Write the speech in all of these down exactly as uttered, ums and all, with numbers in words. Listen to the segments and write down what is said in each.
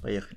Поехали.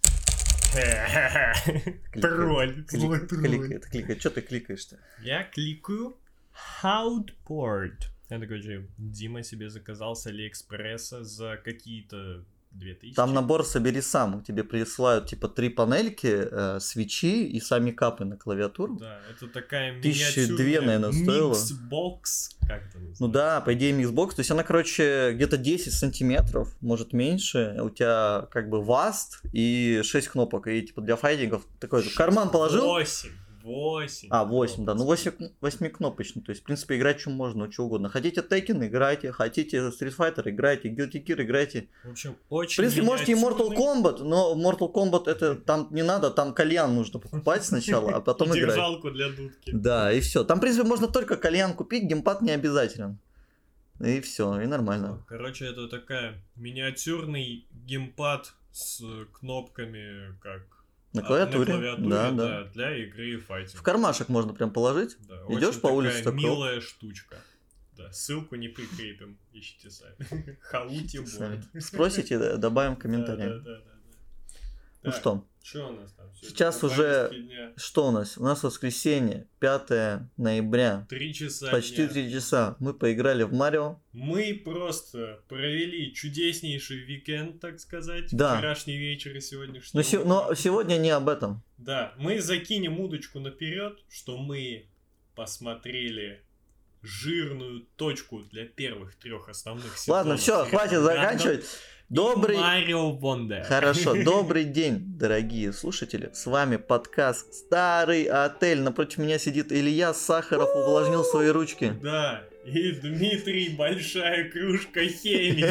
Тролль. Злой тролль. Кликает, кликает. Что ты кликаешь-то? Я кликаю Houtport. Это, короче, Дима себе заказал с Алиэкспресса за какие-то две тысячи. Там набор «Собери сам». Тебе присылают типа три панельки, э, свечи и сами капы на клавиатуру. Да, это такая Тысячи миниатюрная две, наверное, стоила. миксбокс. Как это называется? Ну да, по идее миксбокс. То есть она, короче, где-то десять сантиметров, может меньше. У тебя как бы васт и шесть кнопок. И типа для файтингов такой же. В карман положил. восемь. восемь. А, восемь, да. Ну восемь кнопочный. То есть, в принципе, играть чем можно, что угодно. Хотите Tekken, играйте. Хотите Street Fighter, играйте. Guilty Gear, играйте. В общем, очень В принципе, можете и Mortal миниатюрный. Kombat, но Mortal Kombat это там не надо, там кальян нужно покупать сначала, а потом И играть. держалку для дудки. Да, и все. Там, в принципе, можно только кальян купить, геймпад не обязателен. И все, и нормально. Короче, это такая миниатюрный геймпад с кнопками, как На а, клавиатуре, на клавиатуре, да, да, да. для игры файтинг. В кармашек можно прям положить. Да, Идёшь очень по улице, такая такой, милая штучка. Да, ссылку не прикрепим, ищите сами. Хаути Сами. борт. Спросите, да, добавим в Да, комментариях. да, да, да. Ну Так, что, что у нас там? Сегодня сейчас по уже- повестке дня? что у нас? У нас воскресенье, пятое ноября. Три часа Почти дня. три часа. Мы поиграли в Марио. Мы просто провели чудеснейший уикенд, так сказать. Да. Вчерашний вечер и сегодняшний. Но, се- утро. но сегодня не об этом. Да, мы закинем удочку наперед, что мы посмотрели жирную точку для первых трех основных сезонов. Ладно, все, сериала хватит Гранда заканчивать. и Добрый... Марио Вондер. Хорошо, добрый день, дорогие слушатели. С вами подкаст «Старый отель». Напротив меня сидит Илья Сахаров, увлажнил свои ручки. Да, и Дмитрий большая кружка хемии.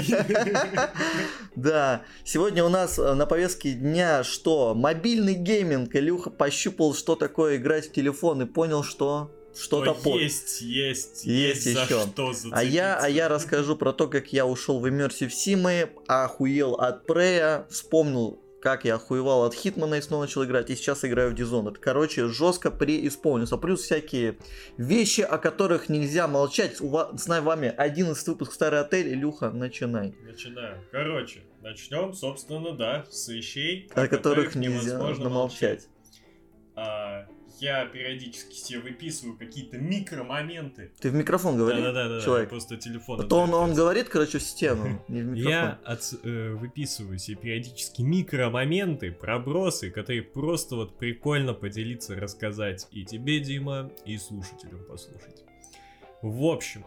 Да, сегодня у нас э, на повестке дня что? Мобильный гейминг. Илюха пощупал, что такое играть в телефон и понял, что что-то по... Есть, есть, Есть есть за ещё. что А я, а зацепиться. я расскажу про то, как я ушел в Immersive Sim, охуел от Прея, вспомнил, как я охуевал от Хитмана и снова начал играть, и сейчас играю в Dishonored. Короче, жестко преисполнился. Плюс всякие вещи, о которых нельзя молчать. У вас, с вами одиннадцатый выпуск «Старый отель». Илюха, начинай. Начинаем. Короче, начнем, собственно, да, с вещей, О которых нельзя молчать. А, я периодически себе выписываю какие-то микромоменты. Ты в микрофон говори, Да-да-да, человек. просто телефон. А то он, он отвлекается. говорит, короче, в стену, не в микрофон. Я от- э, выписываю себе периодически микромоменты, пробросы, которые просто вот прикольно поделиться, рассказать и тебе, Дима, и слушателям послушать. В общем,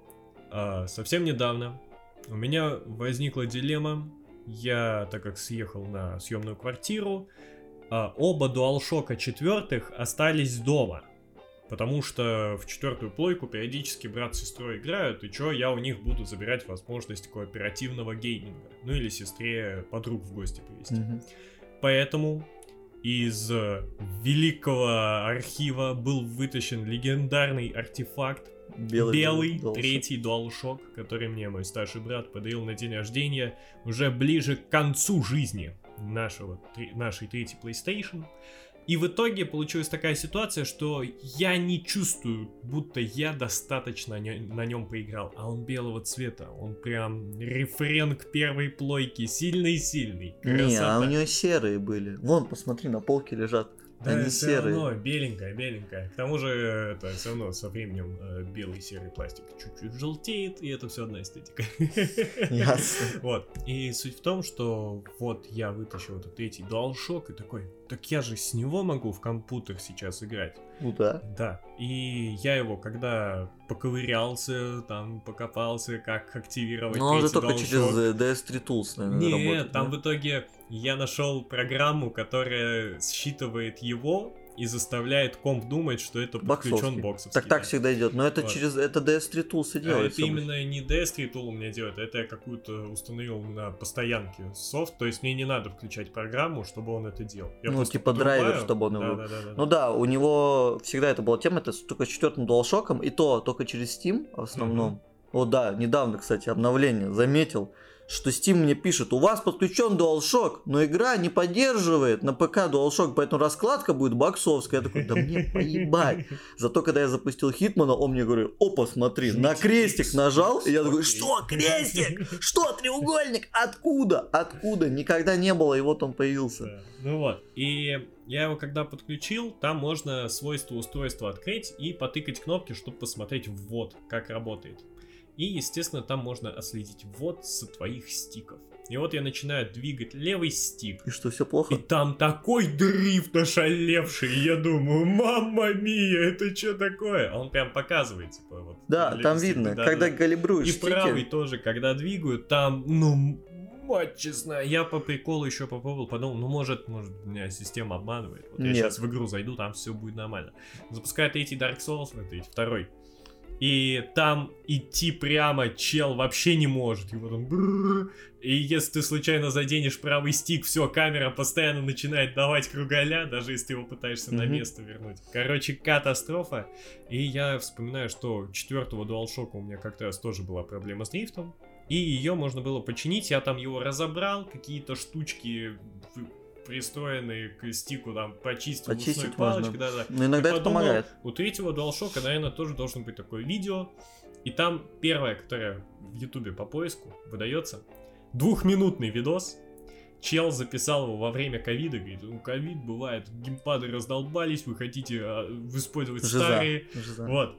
а, совсем недавно у меня возникла дилемма. Я, так как съехал на съемную квартиру, а, оба DualShock четвертых остались дома. Потому что в четвертую плойку периодически брат с сестрой играют, и чё, я у них буду забирать возможность кооперативного гейминга. Ну или сестре подруг в гости привезти. Мгм. Поэтому из э, великого архива был вытащен легендарный артефакт, Белый, белый DualShock. третий DualShock, который мне мой старший брат подарил на день рождения уже ближе к концу жизни нашего, три- нашей третьей PlayStation. И в итоге получилась такая ситуация, что я не чувствую, будто я достаточно не- на нем поиграл. А он белого цвета, он прям рефрен к первой плойке, сильный-сильный. Не, а Красота. у него серые были. Вон, посмотри, на полке лежат. Да, Они все серые. равно беленькая, беленькая. К тому же это все равно со временем э, белый серый пластик чуть-чуть желтеет, и это все одна эстетика. Ясно. Вот. И суть в том, что вот я вытащил этот третий DualShock и такой, так я же с него могу в компьютер сейчас играть. Ну да. Да. И я его, когда поковырялся, там покопался, как активировать Но он же третий только DualShock. через э, ди эс три Tools, наверное, Нет, работает. там да? в итоге я нашел программу, которая считывает его и заставляет комп думать, что это подключен Боксовский. боксовский. Так так да. всегда идет. Но это Вот. через это ди эс три Tools и А делается. это именно не ди эс три Tool у меня делает, это я какую-то установил на постоянке софт, то есть мне не надо включать программу, чтобы он это делал. Я Ну, просто типа драйвер, подрубаю. чтобы он Да, его- да, да, да, Ну да. да, у него всегда это была тема, это с- только с четвертым DualShock'ом, и то только через Steam в основном. Мгм. О да, недавно, кстати, обновление заметил, что Steam мне пишет: у вас подключен DualShock, но игра не поддерживает на ПК DualShock, поэтому раскладка будет боксовская. Я такой: да мне поебать. Зато когда я запустил Хитмана, он мне говорит: опа, смотри, на крестик нажал, и я такой: что, крестик? Что, треугольник? Откуда? Откуда? Никогда не было, и вот он появился. Да. Ну вот, и я его когда подключил, там можно свойства устройства открыть и потыкать кнопки, чтобы посмотреть ввод, как работает. И, естественно, там можно отследить ввод со твоих стиков. И вот я начинаю двигать левый стик. И что, все плохо? И там такой дрифт ошалевший. И я думаю: мамма мия, это что такое? Он прям показывает, типа, вот. Да, там стик, видно, да, когда да. калибруешь И стики. правый тоже, когда двигаю, там, ну, мать честная, я по приколу еще попробовал, подумал, ну, может, может, меня система обманывает. Вот я Нет. сейчас в игру зайду, там все будет нормально. Запускаю третий Dark Souls, ну, третий, второй. И там идти прямо чел вообще не может. И вот он брррр. И если ты случайно заденешь правый стик, все, камера постоянно начинает давать кругаля, даже если ты его пытаешься mm-hmm. на место вернуть. Короче, катастрофа. И я вспоминаю, что четвертого DualShock у меня как-то раз тоже была проблема с дрифтом. И ее можно было починить. Я там его разобрал, какие-то штучки пристроенные к стику, там, почистил Почистить палочкой, можно. да, да. Но иногда И это подумал, помогает. У третьего DualShock, наверное, тоже должно быть такое видео. И там первое, которое в Ютубе по поиску выдается, двухминутный видос. Чел записал его во время ковида, говорит: ну, ковид бывает, геймпады раздолбались, вы хотите а, использовать Жиза. старые. Жиза. Вот.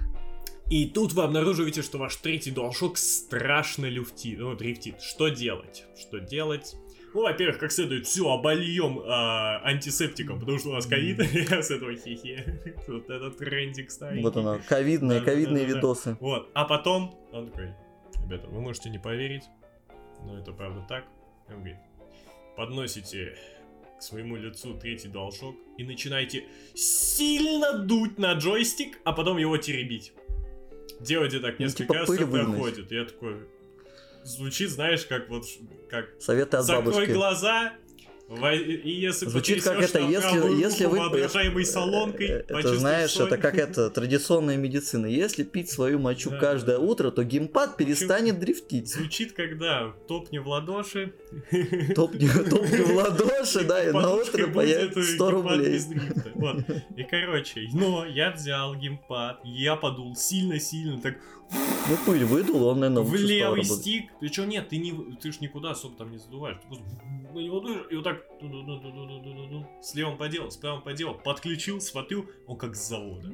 И тут вы обнаруживаете, что ваш третий DualShock страшно люфтит, ну, дрифтит. Что делать? Что делать? Ну, во-первых, как следует, все, обольем а, антисептиком, потому что у нас ковид, я с этого хихи. Вот этот трендик старенький. Вот оно, ковидные, Да, ковидные да, да, да. видосы. Вот, а потом он такой: ребята, вы можете не поверить, но это правда так. Он говорит: подносите к своему лицу третий DualShock и начинаете сильно дуть на джойстик, а потом его теребить. Делайте так Ну, несколько типа раз, пыль все выгнать. проходит. Я такой... Звучит, знаешь, как вот... как Советы от закрой бабушки. глаза, во- и если Звучит как потрясёшь это, на если, правую если руку вы... воображаемой э, солонкой, э, Это почувствуешь знаешь, соль. это как это, традиционная медицина. Если пить свою мочу Да, каждое да, да. утро, то геймпад перестанет дрифтить. Звучит, когда топни в ладоши. Топни, топни в ладоши, да, и на Подушкой утро будет появится сто геймпад рублей. без дрифта. Вот. И короче, но я взял геймпад, я подул сильно-сильно, так Ну, пыль выдул, он, наверное, в лучше стал левый работать. стик. Причем нет, ты, не, ты ж никуда особо там не задуваешь. Ты просто на него дуешь, и вот так ду-ду-ду-ду-ду-ду-ду. с левым поделал, с правым поделал, подключил, смотрю, он как с завода.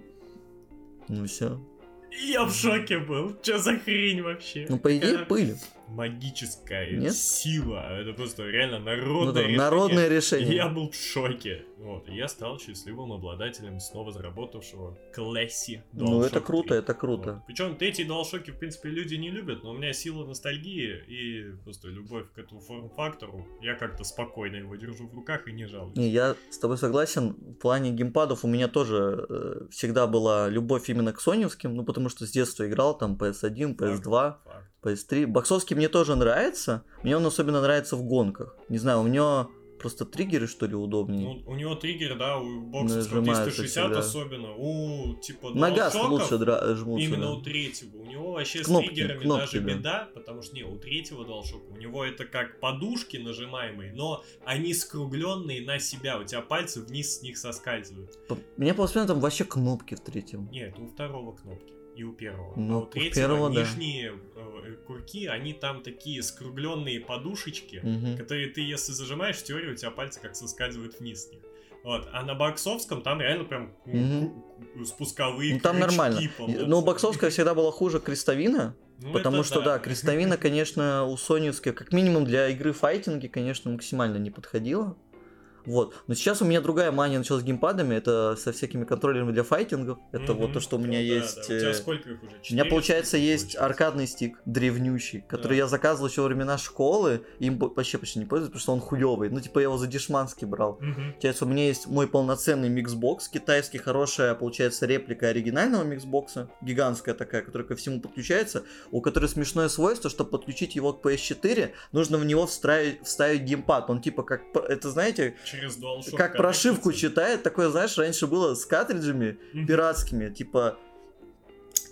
Ну все. И я в шоке был. Что за хрень вообще? Ну, по идее, Такая пыль. магическая Нет? сила. Это просто реально Ну, народное да, решение. народное И решение. я был в шоке. Вот, и я стал счастливым обладателем снова заработавшего Classy Ну, DualShock это круто, три. это круто. Вот. Причем третьи DualShock, в принципе, люди не любят, но у меня сила ностальгии и просто любовь к этому форм-фактору. Я как-то спокойно его держу в руках и не жалуюсь. Не, я с тобой согласен. В плане геймпадов у меня тоже э, всегда была любовь именно к соневским, ну, потому что с детства играл там пи эс один, пи эс два, Факт. пи эс три. Боксовский мне тоже нравится. Мне он особенно нравится в гонках. Не знаю, у него просто триггеры, что ли, удобнее. Ну, у него триггер, да, у боксовского Нажимается триста шестьдесят всегда. особенно. У, типа, На газ DualShock'ов, лучше дра- жмутся. именно да. у третьего. У него вообще Кнопки, с триггерами кнопки, даже да. беда, потому что, не, у третьего DualShock, у него это как подушки нажимаемые, но они скругленные на себя, у тебя пальцы вниз с них соскальзывают. По- Мне по воспоминаниям там вообще кнопки в третьем. Нет, у второго кнопки. И у первого. Ну, а у у третьего первого, да. нижние э, курки, они там такие скругленные подушечки, Мгм. которые ты, если зажимаешь, в теории у тебя пальцы как соскальзывают вниз с них. Вот. А на боксовском там реально прям Мгм. ку- ку- спусковые Ну, там крючки, нормально. по-моему. Но боксовская всегда была хуже крестовина. Ну, Потому это что, да, крестовина, конечно, у соневской, как минимум для игры файтинги, конечно, максимально не подходила. Вот. Но сейчас у меня другая мания началась с геймпадами, это со всякими контроллерами для файтингов. Это Мгм. вот то, что у меня Ну да, есть... да. У тебя э, сколько их уже? У меня, Четыре получается, штуки, есть получается? аркадный стик, древнющий, который Да. я заказывал еще во времена школы, и им вообще почти не пользуюсь, потому что он хуёвый. Ну, типа, я его за дешманский брал. Мгм. Получается, у меня есть мой полноценный миксбокс китайский, хорошая, получается, реплика оригинального миксбокса, гигантская такая, которая ко всему подключается, у которой смешное свойство, чтобы подключить его к пи эс четыре, нужно в него встраивать, вставить геймпад. Он типа как, п- это знаете, Через DualShock как прошивку коннектится. читает, такое, знаешь, раньше было с картриджами Мгм. пиратскими, типа...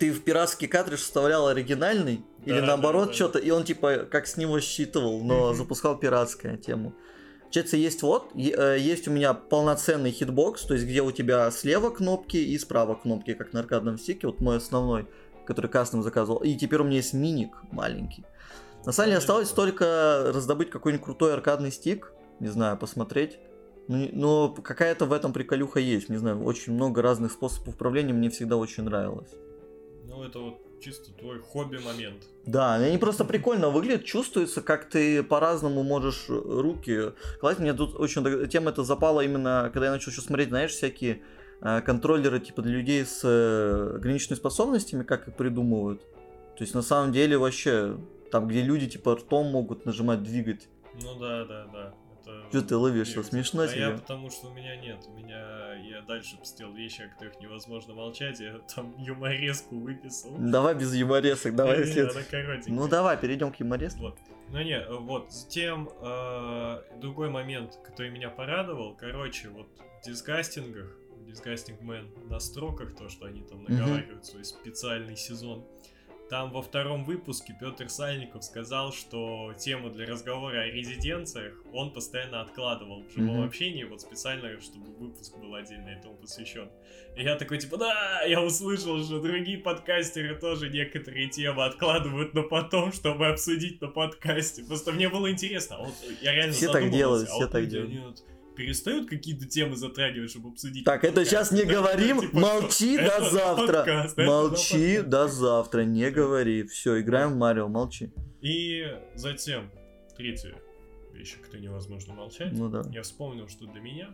ты в пиратский картридж вставлял оригинальный, да, или наоборот да, да. что-то, и он типа как с него считывал, но mm-hmm. запускал пиратскую тему. Получается, есть вот, есть у меня полноценный хитбокс, то есть где у тебя слева кнопки и справа кнопки, как на аркадном стике, вот мой основной, который кастом заказывал. И теперь у меня есть миник маленький. На самом деле осталось только раздобыть какой-нибудь крутой аркадный стик, не знаю, посмотреть. Ну, но какая-то в этом приколюха есть, не знаю, очень много разных способов управления, мне всегда очень нравилось. Ну, это вот чисто твой хобби-момент. Да, они просто прикольно выглядят, чувствуется, как ты по-разному можешь руки класть. Мне тут очень тема эта запала именно, когда я начал еще смотреть, знаешь, всякие э, контроллеры типа для людей с э, ограниченными способностями, как их придумывают. То есть на самом деле вообще, там где люди типа ртом могут нажимать, двигать. Ну да, да, да. Что ты ловишь, что смешно а тебе? Я потому что у меня нет, у меня я дальше посмотрел вещи, о которых невозможно молчать, я там юмореску выписал. Давай без юморесок, давай не, след... не, Ну давай, перейдем к юмореске. Вот. Ну не, вот, затем э, другой момент, который меня порадовал, короче, вот в дисгастингах, в Disgusting Man на строках, то, что они там наговаривают mm-hmm. свой специальный сезон, там во втором выпуске Петр Сальников сказал, что тему для разговора о резиденциях он постоянно откладывал в живом mm-hmm. общении, вот специально, чтобы выпуск был отдельно этому посвящен. И я такой, типа, да, я услышал, что другие подкастеры тоже некоторые темы откладывают на потом, чтобы обсудить на подкасте. Просто мне было интересно, вот я реально все задумывался, так делают, а все вот так люди, делают. Они вот перестают какие-то темы затрагивать, чтобы обсудить. Так, это сейчас не говорим, типа, молчи до это завтра. Подкаст, молчи до завтра, не говори. Все, играем в Марио, молчи. И затем, третья вещь, о которой невозможно молчать. Ну да. Я вспомнил, что для меня,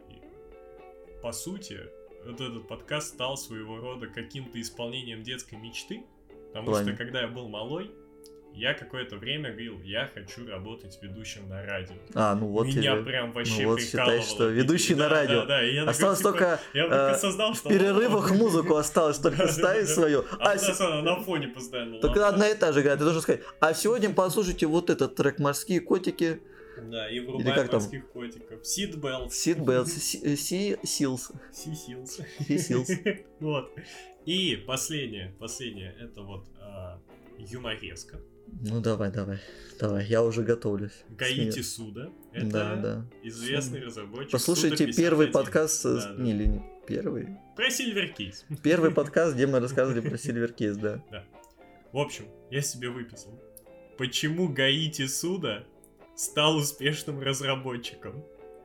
по сути, вот этот подкаст стал своего рода каким-то исполнением детской мечты. Потому Плане. что, когда я был малой, я какое-то время говорил, я хочу работать ведущим на радио. А, ну вот Меня тебе. прям вообще ну вот прикалывало. считай, что ведущий да, на радио. Да, да, и я осталось такой, только, типа, я только создал, в что перерывах музыку осталось только ставить свою. А, а на фоне постоянно. Только одна и та же игра, ты должен сказать. А сегодня послушайте вот этот трек «Морские котики». Да, и врубаем морских котиков. Seed Bells. Seed Bells. Sea Seals. Sea Seals. Sea Seals. Вот. И последнее, последнее, это вот юмореска. Ну давай, давай, давай, я уже готовлюсь. Гаити Суда. Это да, да. известный разработчик. Послушайте первый подкаст, да, не, да. не первый. Про Silver Case. Первый подкаст, где мы рассказывали про Silver Case, да. Да. В общем, я себе выписал. Почему Гаити Суда стал успешным разработчиком?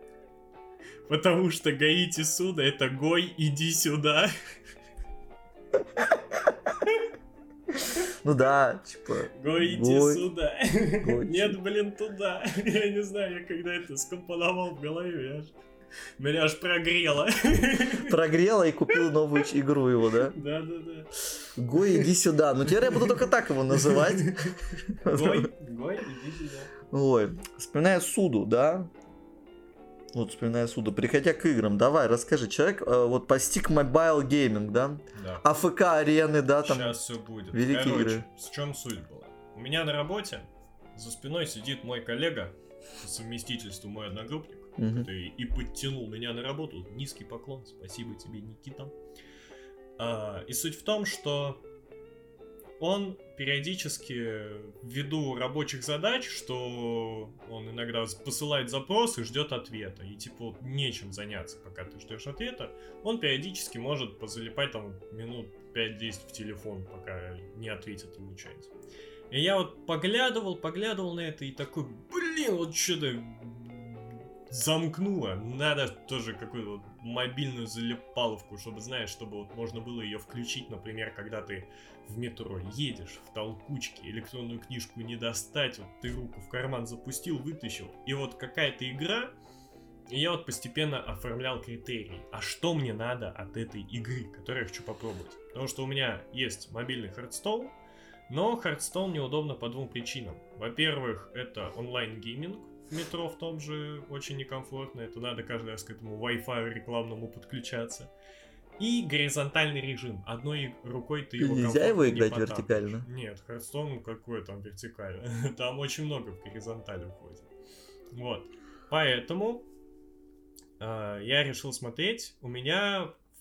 Потому что Гаити Суда это Гой, иди сюда. Ну да, типа... Гой, иди Гой. сюда. Гой. Нет, блин, туда. Я не знаю, я когда это скомпоновал в голове, я аж... меня аж прогрело. Прогрело и купил новую игру его, да? Да, да, да. Гой, иди сюда. Ну теперь я буду только так его называть. Гой, Гой, иди сюда. Ой, вспоминая Суду, да? Вот, вспоминая Суду, переходя к играм, давай, расскажи, человек, э, вот постиг Mobile Gaming, да? Да. АФК арены, да, там. Сейчас все будет. Великие Короче, игры. В чем суть была? У меня на работе за спиной сидит мой коллега, по совместительству мой одногруппник, угу. который и подтянул меня на работу. Низкий поклон, спасибо тебе, Никита. А, и суть в том, что он периодически, ввиду рабочих задач, что он иногда посылает запрос и ждет ответа. И типа нечем заняться, пока ты ждешь ответа. Он периодически может позалипать там минут пять-десять в телефон, пока не ответит ему что-нибудь. И я вот поглядывал, поглядывал на это и такой, блин, вот что-то замкнуло. Надо тоже какую-то вот мобильную залипаловку, чтобы, знаешь, чтобы вот можно было ее включить, например, когда ты в метро едешь, в толкучке, электронную книжку не достать, вот ты руку в карман запустил, вытащил, и вот какая-то игра, и я вот постепенно оформлял критерии, а что мне надо от этой игры, которую я хочу попробовать. Потому что у меня есть мобильный Hearthstone, но Hearthstone неудобно по двум причинам. Во-первых, это онлайн-гейминг, в метро в том же очень некомфортно, это надо каждый раз к этому Wi-Fi рекламному подключаться. И горизонтальный режим. Одной рукой ты его нельзя его играть вертикально? Нет, Hearthstone какой там вертикально. Там очень много в горизонталь уходит. Вот. Поэтому э, я решил смотреть. У меня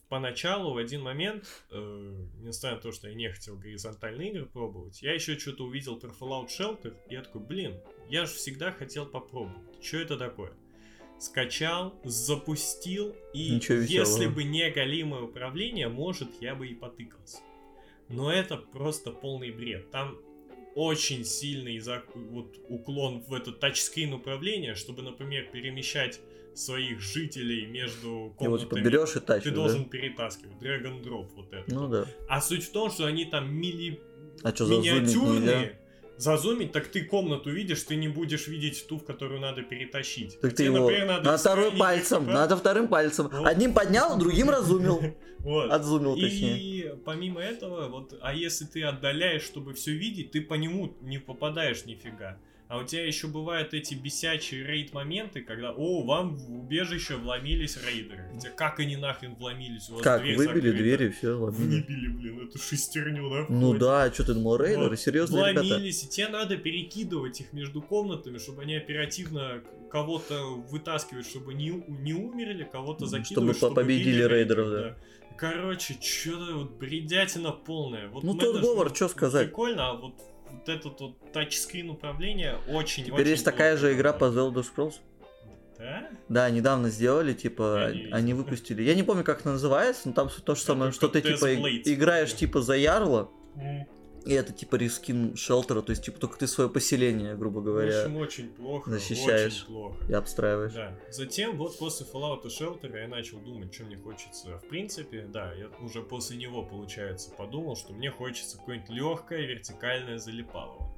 поначалу в один момент, э, несмотря на то, что я не хотел горизонтальные игры пробовать, я еще что-то увидел про Fallout Shelter, и я такой, блин, я же всегда хотел попробовать. Что это такое? Скачал, запустил, и если бы не голимое управление, может, я бы и потыкался. Но это просто полный бред. Там очень сильный за... вот, уклон в это тачскрин управление, чтобы, например, перемещать своих жителей между комнатами. И вот типа берешь и тачишь, ты должен да? перетаскивать. Drag and drop вот это. Ну да. А суть в том, что они там мили... а что, миниатюрные. Зазумить, так ты комнату видишь, ты не будешь видеть ту, в которую надо перетащить. Так ты его например, надо, надо вторым пальцем, типа... надо вторым пальцем. Вот. Одним поднял, другим разумил. Вот. Отзумил, и точнее. И помимо этого, вот, а если ты отдаляешь, чтобы все видеть, ты по нему не попадаешь нифига. А у тебя еще бывают эти бесячие рейд-моменты, когда, о, вам в убежище вломились рейдеры. Хотя как они нахрен вломились? У вас как, дверь выбили закрыта. Двери, все, вломили. Выбили, блин, эту шестерню, да? Ну да, что ты думал, рейдеры? Вот. Серьезно, вломились, ребята? И тебе надо перекидывать их между комнатами, чтобы они оперативно кого-то вытаскивают, чтобы не, не умерли, кого-то закидывают, чтобы, чтобы победили рейдеров, да. да. Короче, что-то вот бредятина полная. Вот ну тот говор, что сказать. Прикольно, а вот вот этот вот тачскрин управления очень Теперь очень есть такая же игра по The Elder Scrolls. Да? Да, недавно сделали, типа, не они выпустили. Я не помню, как это называется, но там то же самое, что ты, типа, Blades, играешь, типа, за ярла, mm. и это, типа, рескин шелтера, то есть, типа, только ты свое поселение, грубо говоря, в общем, очень плохо, защищаешь очень плохо. и обстраиваешь. Да. Затем, вот после Fallout Shelter я начал думать, что мне хочется. В принципе, да, я уже после него, получается, подумал, что мне хочется какое-нибудь легкое вертикальное залипалово.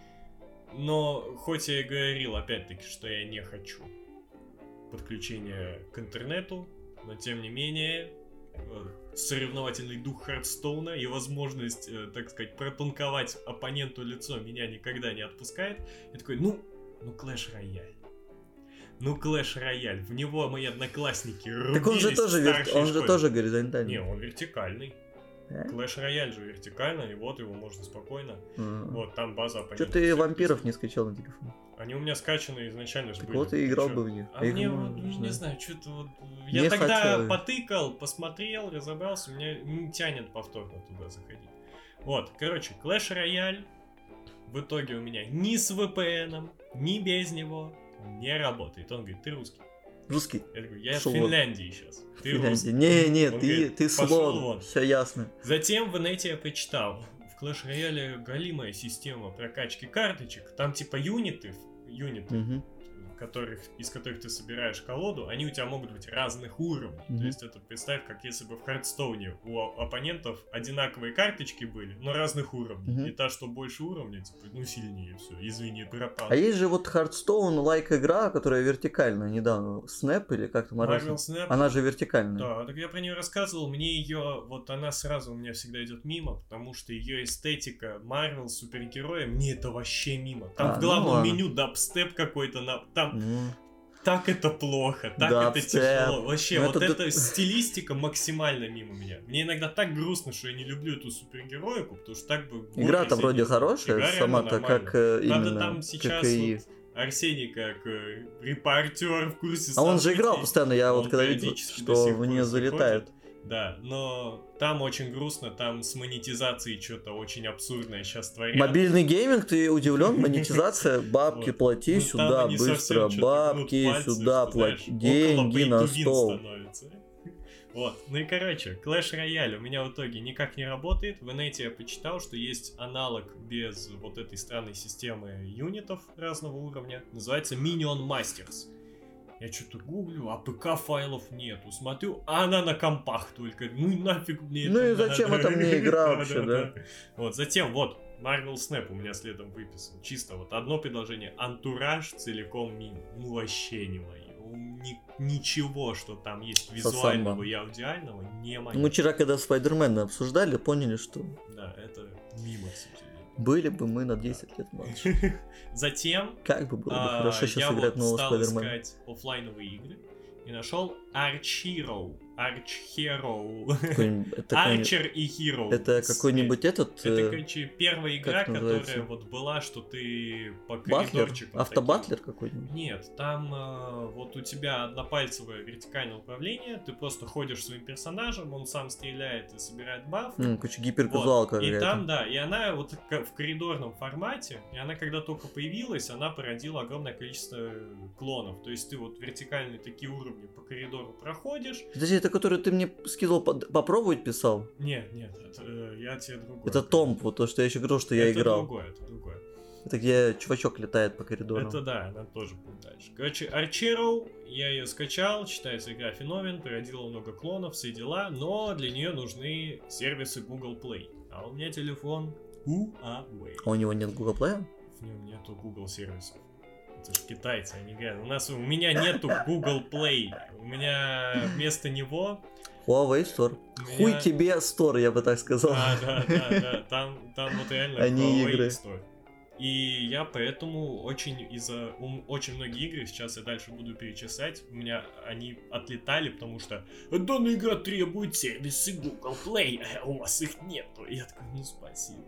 Но, хоть я и говорил, опять-таки, что я не хочу подключения к интернету, но, тем не менее, соревновательный дух Хардстоуна и возможность, так сказать, протанковать оппоненту лицо меня никогда не отпускает. Я такой, ну, ну, Clash Royale. Ну, Clash Royale. В него мои одноклассники рубились. Так он же тоже, вер... он же тоже горизонтальный. Не, он вертикальный. Clash Royale же вертикально, и вот его можно спокойно. Mm. Вот, там база оппонентов. Что ты вампиров не скачал на телефон? Они у меня скачаны изначально же так были. вот и играл бы в них. А мне, вот, не знаю, что-то вот... Я тогда хотел. потыкал, посмотрел, разобрался, меня не тянет повторно туда заходить. Вот, короче, Clash Royale в итоге у меня ни с ви пи эн, ни без него не работает. Он говорит, ты русский. Русский? Я говорю, я в Финляндии вон. Сейчас. Ты Финляндии. Не, не, ты, говорит, ты слон. Все ясно. Затем в инете я почитал. В Clash Royale галимая система прокачки карточек. Там типа юниты, юниты, угу. которых, из которых ты собираешь колоду, они у тебя могут быть разных уровней. Угу. То есть это представь, как если бы в Хардстоуне у оппонентов одинаковые карточки были, но разных уровней. Угу. И та, что больше уровней, типа, ну сильнее все. Извини, братан. А есть же вот Хардстоун лайк игра, которая вертикальная недавно. Снэп или как-то Marvel Snap. Она же вертикальная. Да, так я про нее рассказывал. Мне ее, вот она сразу у меня всегда идет мимо, потому что ее эстетика Marvel супергероя, мне это вообще мимо. Там а, в главном ну, меню дабстеп какой-то, на, там mm. так это плохо, так дабстеп. Это тяжело. Вообще, ну, вот это... эта стилистика максимально мимо меня. Мне иногда так грустно, что я не люблю эту супергероику, потому что так бы... Игра-то вроде хорошая, сама-то как э, именно... Надо там сейчас... Вот, Арсений как э, репортер в курсе. А он же играл постоянно, я вот когда видел, что в нее залетает. Да, но там очень грустно, там с монетизацией что-то очень абсурдное сейчас творят. Мобильный гейминг, ты удивлен? Монетизация, бабки плати сюда, быстро, бабки сюда, плати, деньги на стол. Вот, ну и короче, Clash Royale у меня в итоге никак не работает. В инете я почитал, что есть аналог без вот этой странной системы юнитов разного уровня. Называется Minion Masters. Я что-то гуглю, а ПК-файлов нету. Смотрю, а она на компах только. Ну и нафиг мне ну это и зачем надо? это мне игра вообще, да? Вот, затем, вот, Marvel Snap у меня следом выписан. Чисто вот одно предложение. Антураж целиком мимо. Ну вообще не мое. Ни, ничего, что там есть визуального Сосамба. И аудиального, не мое. Мы вчера, когда Спайдермена обсуждали, поняли, что... Да, это мимо, к сожалению. Были бы мы на десять да. лет младше. Затем... Как бы было бы а, хорошо сейчас играть вот нового Спайдермена. Я вот стал искать оффлайновые игры и нашел Arch Hero. Arch Hero. Какой-нибудь- это какой-нибудь- Archer и Hero. Это какой-нибудь этот... Это, э, короче, первая игра, это которая называется? вот была, что ты по Батлер? коридорчикам Автобатлер какой-нибудь? таким. Нет, там э, вот у тебя однопальцевое вертикальное управление, ты просто ходишь своим персонажем, он сам стреляет и собирает баф. Ну, короче, гиперказуалка Вот. И какая-то. там, да, и она вот к- в коридорном формате, и она когда только появилась, она породила огромное количество клонов. То есть ты вот вертикальные такие уровни по коридору проходишь. Подожди, это который ты мне скидывал под- попробовать писал? Нет, нет, это, э, я тебе другое. Это Томб, вот то, что я еще говорил, что я это играл. другое, это другое. Это где чувачок летает по коридору. Это да, она тоже будет дальше. Короче, Archero, я ее скачал, считается игра феномен, породила много клонов, все дела, но для нее нужны сервисы Google Play. А у меня телефон Huawei. А у него нет Google Play? В нем нету Google сервисов. Это ж китайцы, они говорят. У нас, у меня нету Google Play. У меня вместо него... Huawei Store. у меня- Хуй тебе Store, я бы так сказал. Да, да, да, да. Там, там вот реально Они Huawei игры. Store. И я поэтому очень из-за... ум- Очень многие игры, сейчас я дальше буду перечислять, у меня они отлетали, потому что данная игра требует сервисы Google Play, а у вас их нету. И я такой, ну спасибо.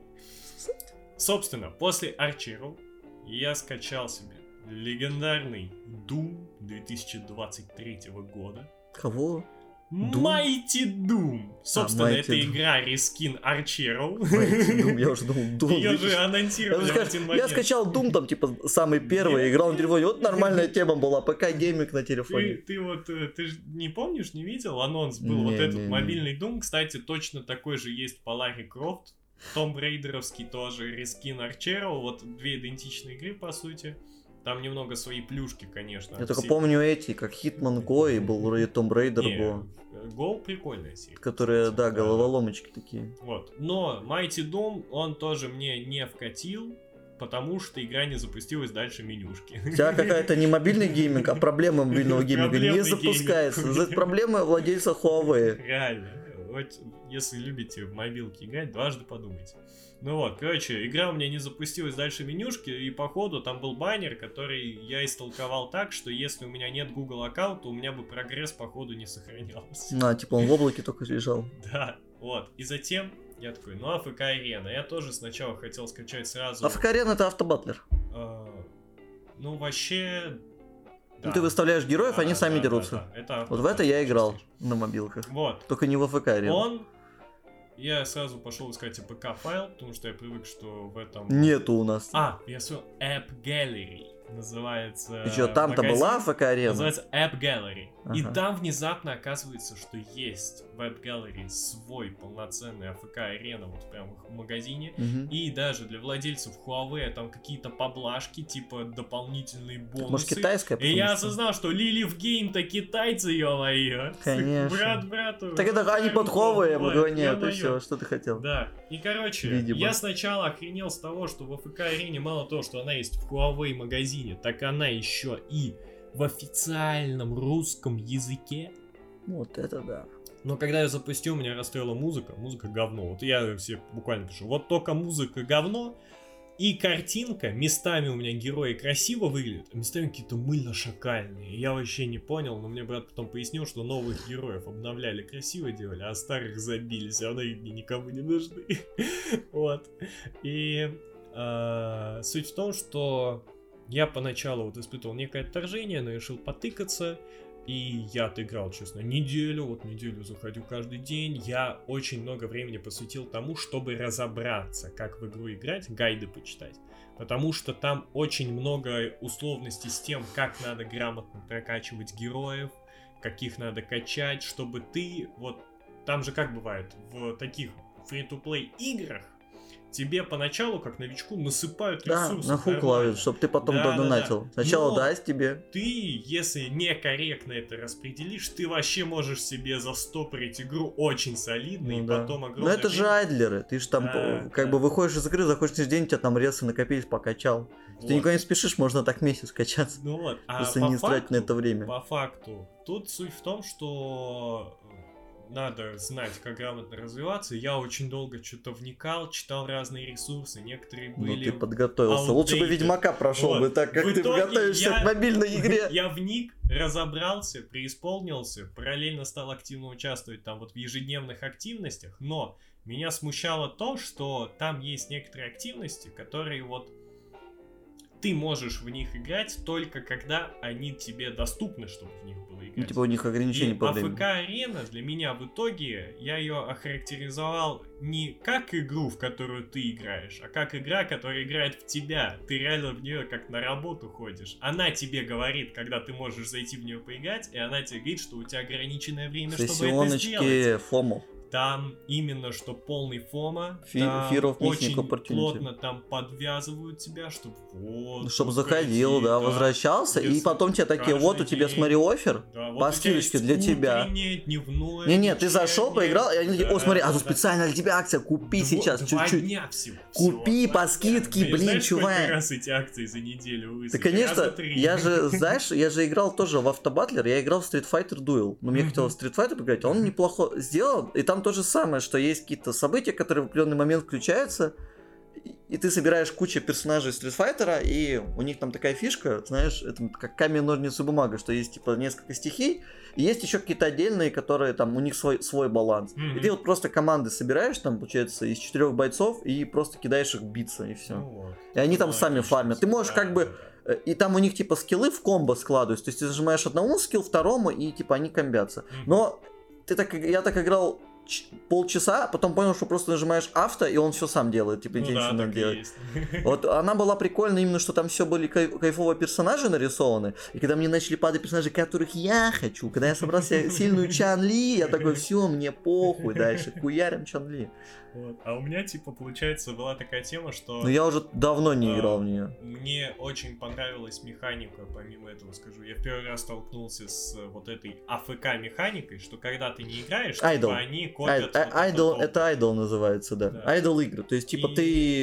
Собственно, после Archero я скачал себе легендарный Doom две тысячи двадцать третьего года. Кого? Doom? Mighty Doom. Собственно, Mighty это Doom. игра рескин Archero. Doom, я уже думал, Doom. Ее же анонсировали в Я, один я момент. скачал Doom, там, типа, самый первый, играл на телефоне. Вот нормальная тема была, ПК-гейминг на Ты, телефоне. ты вот, э, ты ж не помнишь, не видел? Анонс был, Не, вот этот не, не. мобильный Doom, кстати, точно такой же есть по Ларри Крофт. Том Рейдеровский тоже, рескин Archero, вот две идентичные игры, по сути. Там немного свои плюшки, конечно. Я только Все- помню эти, как Hitman Go и был вроде Tomb Raider Не, был. Go прикольная серия. Которые, да, Да. головоломочки такие. Вот. Но Mighty Doom, он тоже мне не вкатил, потому что игра не запустилась дальше менюшки. У тебя какая-то не мобильный гейминг, а проблема мобильного гейминга не Проблемный запускается. гейминг. Это проблема владельца Huawei. Реально. Вот, если любите в мобилки играть, дважды подумайте. Ну вот, короче, игра у меня не запустилась дальше менюшки, и походу там был баннер, который я истолковал так, что если у меня нет Google аккаунта, у меня бы прогресс походу не сохранялся. На, типа он в облаке только лежал. Да, вот. И затем я такой, ну АФК Арена. Я тоже сначала хотел скачать сразу... АФК Арена это автобатлер. э, ну, вообще... Ну, ты выставляешь героев, Да, они сами да, дерутся. да, да. Это Вот в это я играл чистишь. на мобилках. Вот. Только не в АФК Арену. Он... Я сразу пошел искать эй пи кей-файл, потому что я привык, что в этом... Нету у нас. А, я смотрел, App Gallery называется. И что, там-то магазин. была АФК Арена? Называется App Gallery. И Ага. там внезапно оказывается, что есть в App Gallery свой полноценный АФК Арена, вот прям в магазине. Мгм. И даже для владельцев Huawei там какие-то поблажки, типа дополнительные бонусы. Может, китайская? И я потому что- осознал, что Лилив Гейм-то китайцы, ё-моё. Конечно. Брат брату. Так это они под Huawei, я бы Бывает, говорю, нет, ё-моё. и все, что ты хотел. Да, и короче, Видимо. я сначала охренел с того, что в АФК Арене мало того, что она есть в Huawei магазине, так она еще и в официальном русском языке. Вот это да. Но когда я запустил, меня расстроила музыка, музыка говно. Вот я все буквально пишу, вот только музыка говно, и картинка, местами у меня герои красиво выглядят, а местами какие-то мыльно-шакальные. Я вообще не понял, но мне брат потом пояснил, что новых героев обновляли, красиво делали, а старых забили, все равно они никому не нужны. Вот. И э, суть в том, что я поначалу вот испытывал некое отторжение, но решил потыкаться. И я отыграл, честно, неделю, вот неделю заходил каждый день. Я очень много времени посвятил тому, чтобы разобраться, как в игру играть, гайды почитать. Потому что там очень много условностей с тем, как надо грамотно прокачивать героев, каких надо качать, чтобы ты, вот, там же как бывает, в таких фри-то-плей играх, тебе поначалу, как новичку, насыпают Да, ресурсы. на хук нормально. ловят, чтобы ты потом Да, да, донатил. да. Сначала Но- даст тебе. Ты, если некорректно это распределишь, ты вообще можешь себе застопорить игру очень солидно, Ну и да. потом Но огромное это же время- айдлеры. Ты же там Да, по- как да. бы выходишь из игры, заходишь через день, у тебя там ресы накопились, покачал. Вот. Ты никуда не спешишь, можно так месяц качаться. Ну вот, а Если по не тратить на факту- это время. По факту, тут суть в том, что надо знать, как грамотно развиваться. Я очень долго что-то вникал, читал разные ресурсы, некоторые были... Ну ты подготовился. outdated. Лучше бы Ведьмака прошел Вот. бы так, как В ты итоге готовишься я- к мобильной игре. Я вник, разобрался, преисполнился, параллельно стал активно участвовать там вот в ежедневных активностях, но меня смущало то, что там есть некоторые активности, которые вот ты можешь в них играть только когда они тебе доступны, чтобы в них было играть. Ну, типа у них ограничения И по времени. АФК-арена для меня в итоге, я ее охарактеризовал не как игру, в которую ты играешь, а как игра, которая играет в тебя. Ты реально в нее как на работу ходишь. Она тебе говорит, когда ты можешь зайти в нее поиграть, и она тебе говорит, что у тебя ограниченное время, чтобы это сделать. Сессионочки, фому. Там именно что полный фома, Фи- там fear of missing очень opportunity. плотно там подвязывают тебя, чтобы вот... Чтобы ну, заходил, пройти, да, возвращался, и Если потом тебе такие, вот у каждый тебя, день. смотри, оффер, Да, вот по у тебя скидочке есть для тебя. утреннее, дневное, Не-не, ты зашел, вечернее. поиграл, и они такие, о, Да, смотри, а да, тут да. специально для тебя акция, купи Дво- сейчас два чуть-чуть. дня всего. Купи всего, по два скидке, дня. Ну, блин, знаешь, сколько чувак. раз эти акции за неделю Да, высадили? конечно, Раза три. я же, знаешь, я же играл тоже в автобатлер, я играл в Street Fighter Duel, но мне Мгм. хотелось в Street Fighter поиграть, а он неплохо сделал, и там то же самое, что есть какие-то события, которые в определенный момент включаются, и- и ты собираешь кучу персонажей Street Fighter, и у них там такая фишка, знаешь, это как камень, ножницы, бумага, что есть типа несколько стихий, и есть еще какие-то отдельные, которые там, у них свой, свой баланс. Мгм. И ты вот просто команды собираешь, там, получается, из четырех бойцов, и просто кидаешь их биться, и все. Ну вот. И они там Ну, сами отлично. фармят. Ты можешь Да, как бы... да, да. э, И там у них типа скиллы в комбо складываются. То есть ты зажимаешь одному скилл, второму, и типа они комбятся. Мгм. Но ты так, я так играл ч- полчаса, потом понял, что просто нажимаешь авто, и он все сам делает. Типа Ну тебе да, ничего не так надо и делать. есть. Вот она была прикольна именно, что там все были кай- кайфовые персонажи нарисованы. И когда мне начали падать персонажи, которых я хочу, когда я собрал себе сильную Чан Ли, я такой, все, мне похуй, дальше хуярим Чан Ли. Вот. А у меня, типа, получается, была такая тема, что... Но я уже давно не А, играл в нее. Мне очень понравилась механика, помимо этого скажу. Я в первый раз столкнулся с э, вот этой АФК-механикой, что когда ты не играешь, Idle. типа, они копят... вот этот Айдол, опыт. это айдол называется, да. Да. Айдол игры. То есть, типа, И-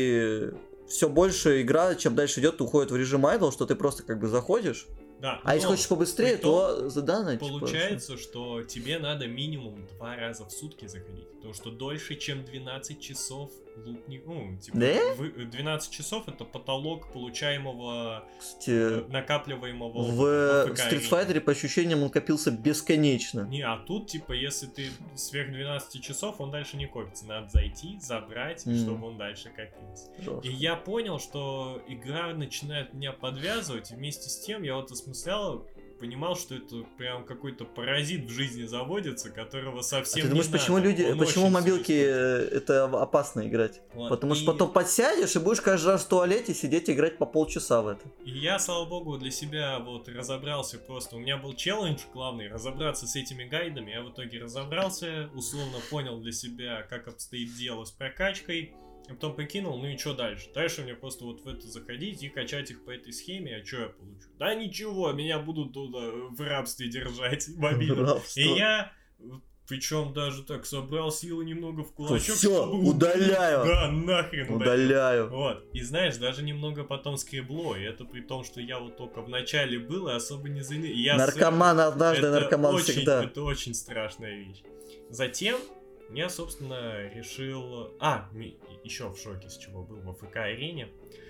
ты все больше игра, чем дальше идет, уходит в режим айдол, что ты просто как бы заходишь. Да, А если но хочешь побыстрее, при том то задано. Получается, что тебе надо минимум два раза в сутки заходить. Потому что дольше, чем двенадцать часов лупник... Ну, типа, Да? вы- двенадцать часов это потолок получаемого, Кстати, э, накапливаемого в АФК Street времени. Fighter по ощущениям он копился бесконечно. Не, а тут, типа, если ты сверх двенадцати часов, он дальше не копится. Надо зайти, забрать, Мгм. чтобы он дальше копился. Жестко. И я понял, что игра начинает меня подвязывать, и вместе с тем я вот осмыслял, понимал, что это прям какой-то паразит в жизни заводится, которого А совсем ты думаешь, не почему надо. люди, Он почему очень мобилки существует. э, это опасно играть? Вот. Потому И- что потом подсядешь и будешь каждый раз в туалете сидеть и играть по полчаса в это. И я, слава богу, для себя вот разобрался просто. У меня был челлендж главный, разобраться с этими гайдами. Я в итоге разобрался, условно понял для себя, как обстоит дело с прокачкой. А потом покинул, ну и что дальше? Дальше мне просто вот в это заходить и качать их по этой схеме, а что я получу? Да ничего, меня будут туда в рабстве держать мобильно. Рабство. И я, причем даже так, собрал силы немного в кулачок, Всё, чтобы удаляю. удалить. Да, нахрен удалить. Удаляю. Вот, и знаешь, даже немного потом скребло, и это при том, что я вот только в начале был и особо не заметил. Наркоман однажды, это наркоман очень, всегда. Это очень страшная вещь. Затем я, собственно, решил... А, еще в шоке, с чего был в АФК-арене.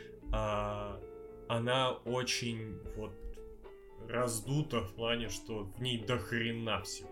А, она очень вот раздута в плане, что в ней до хрена всего.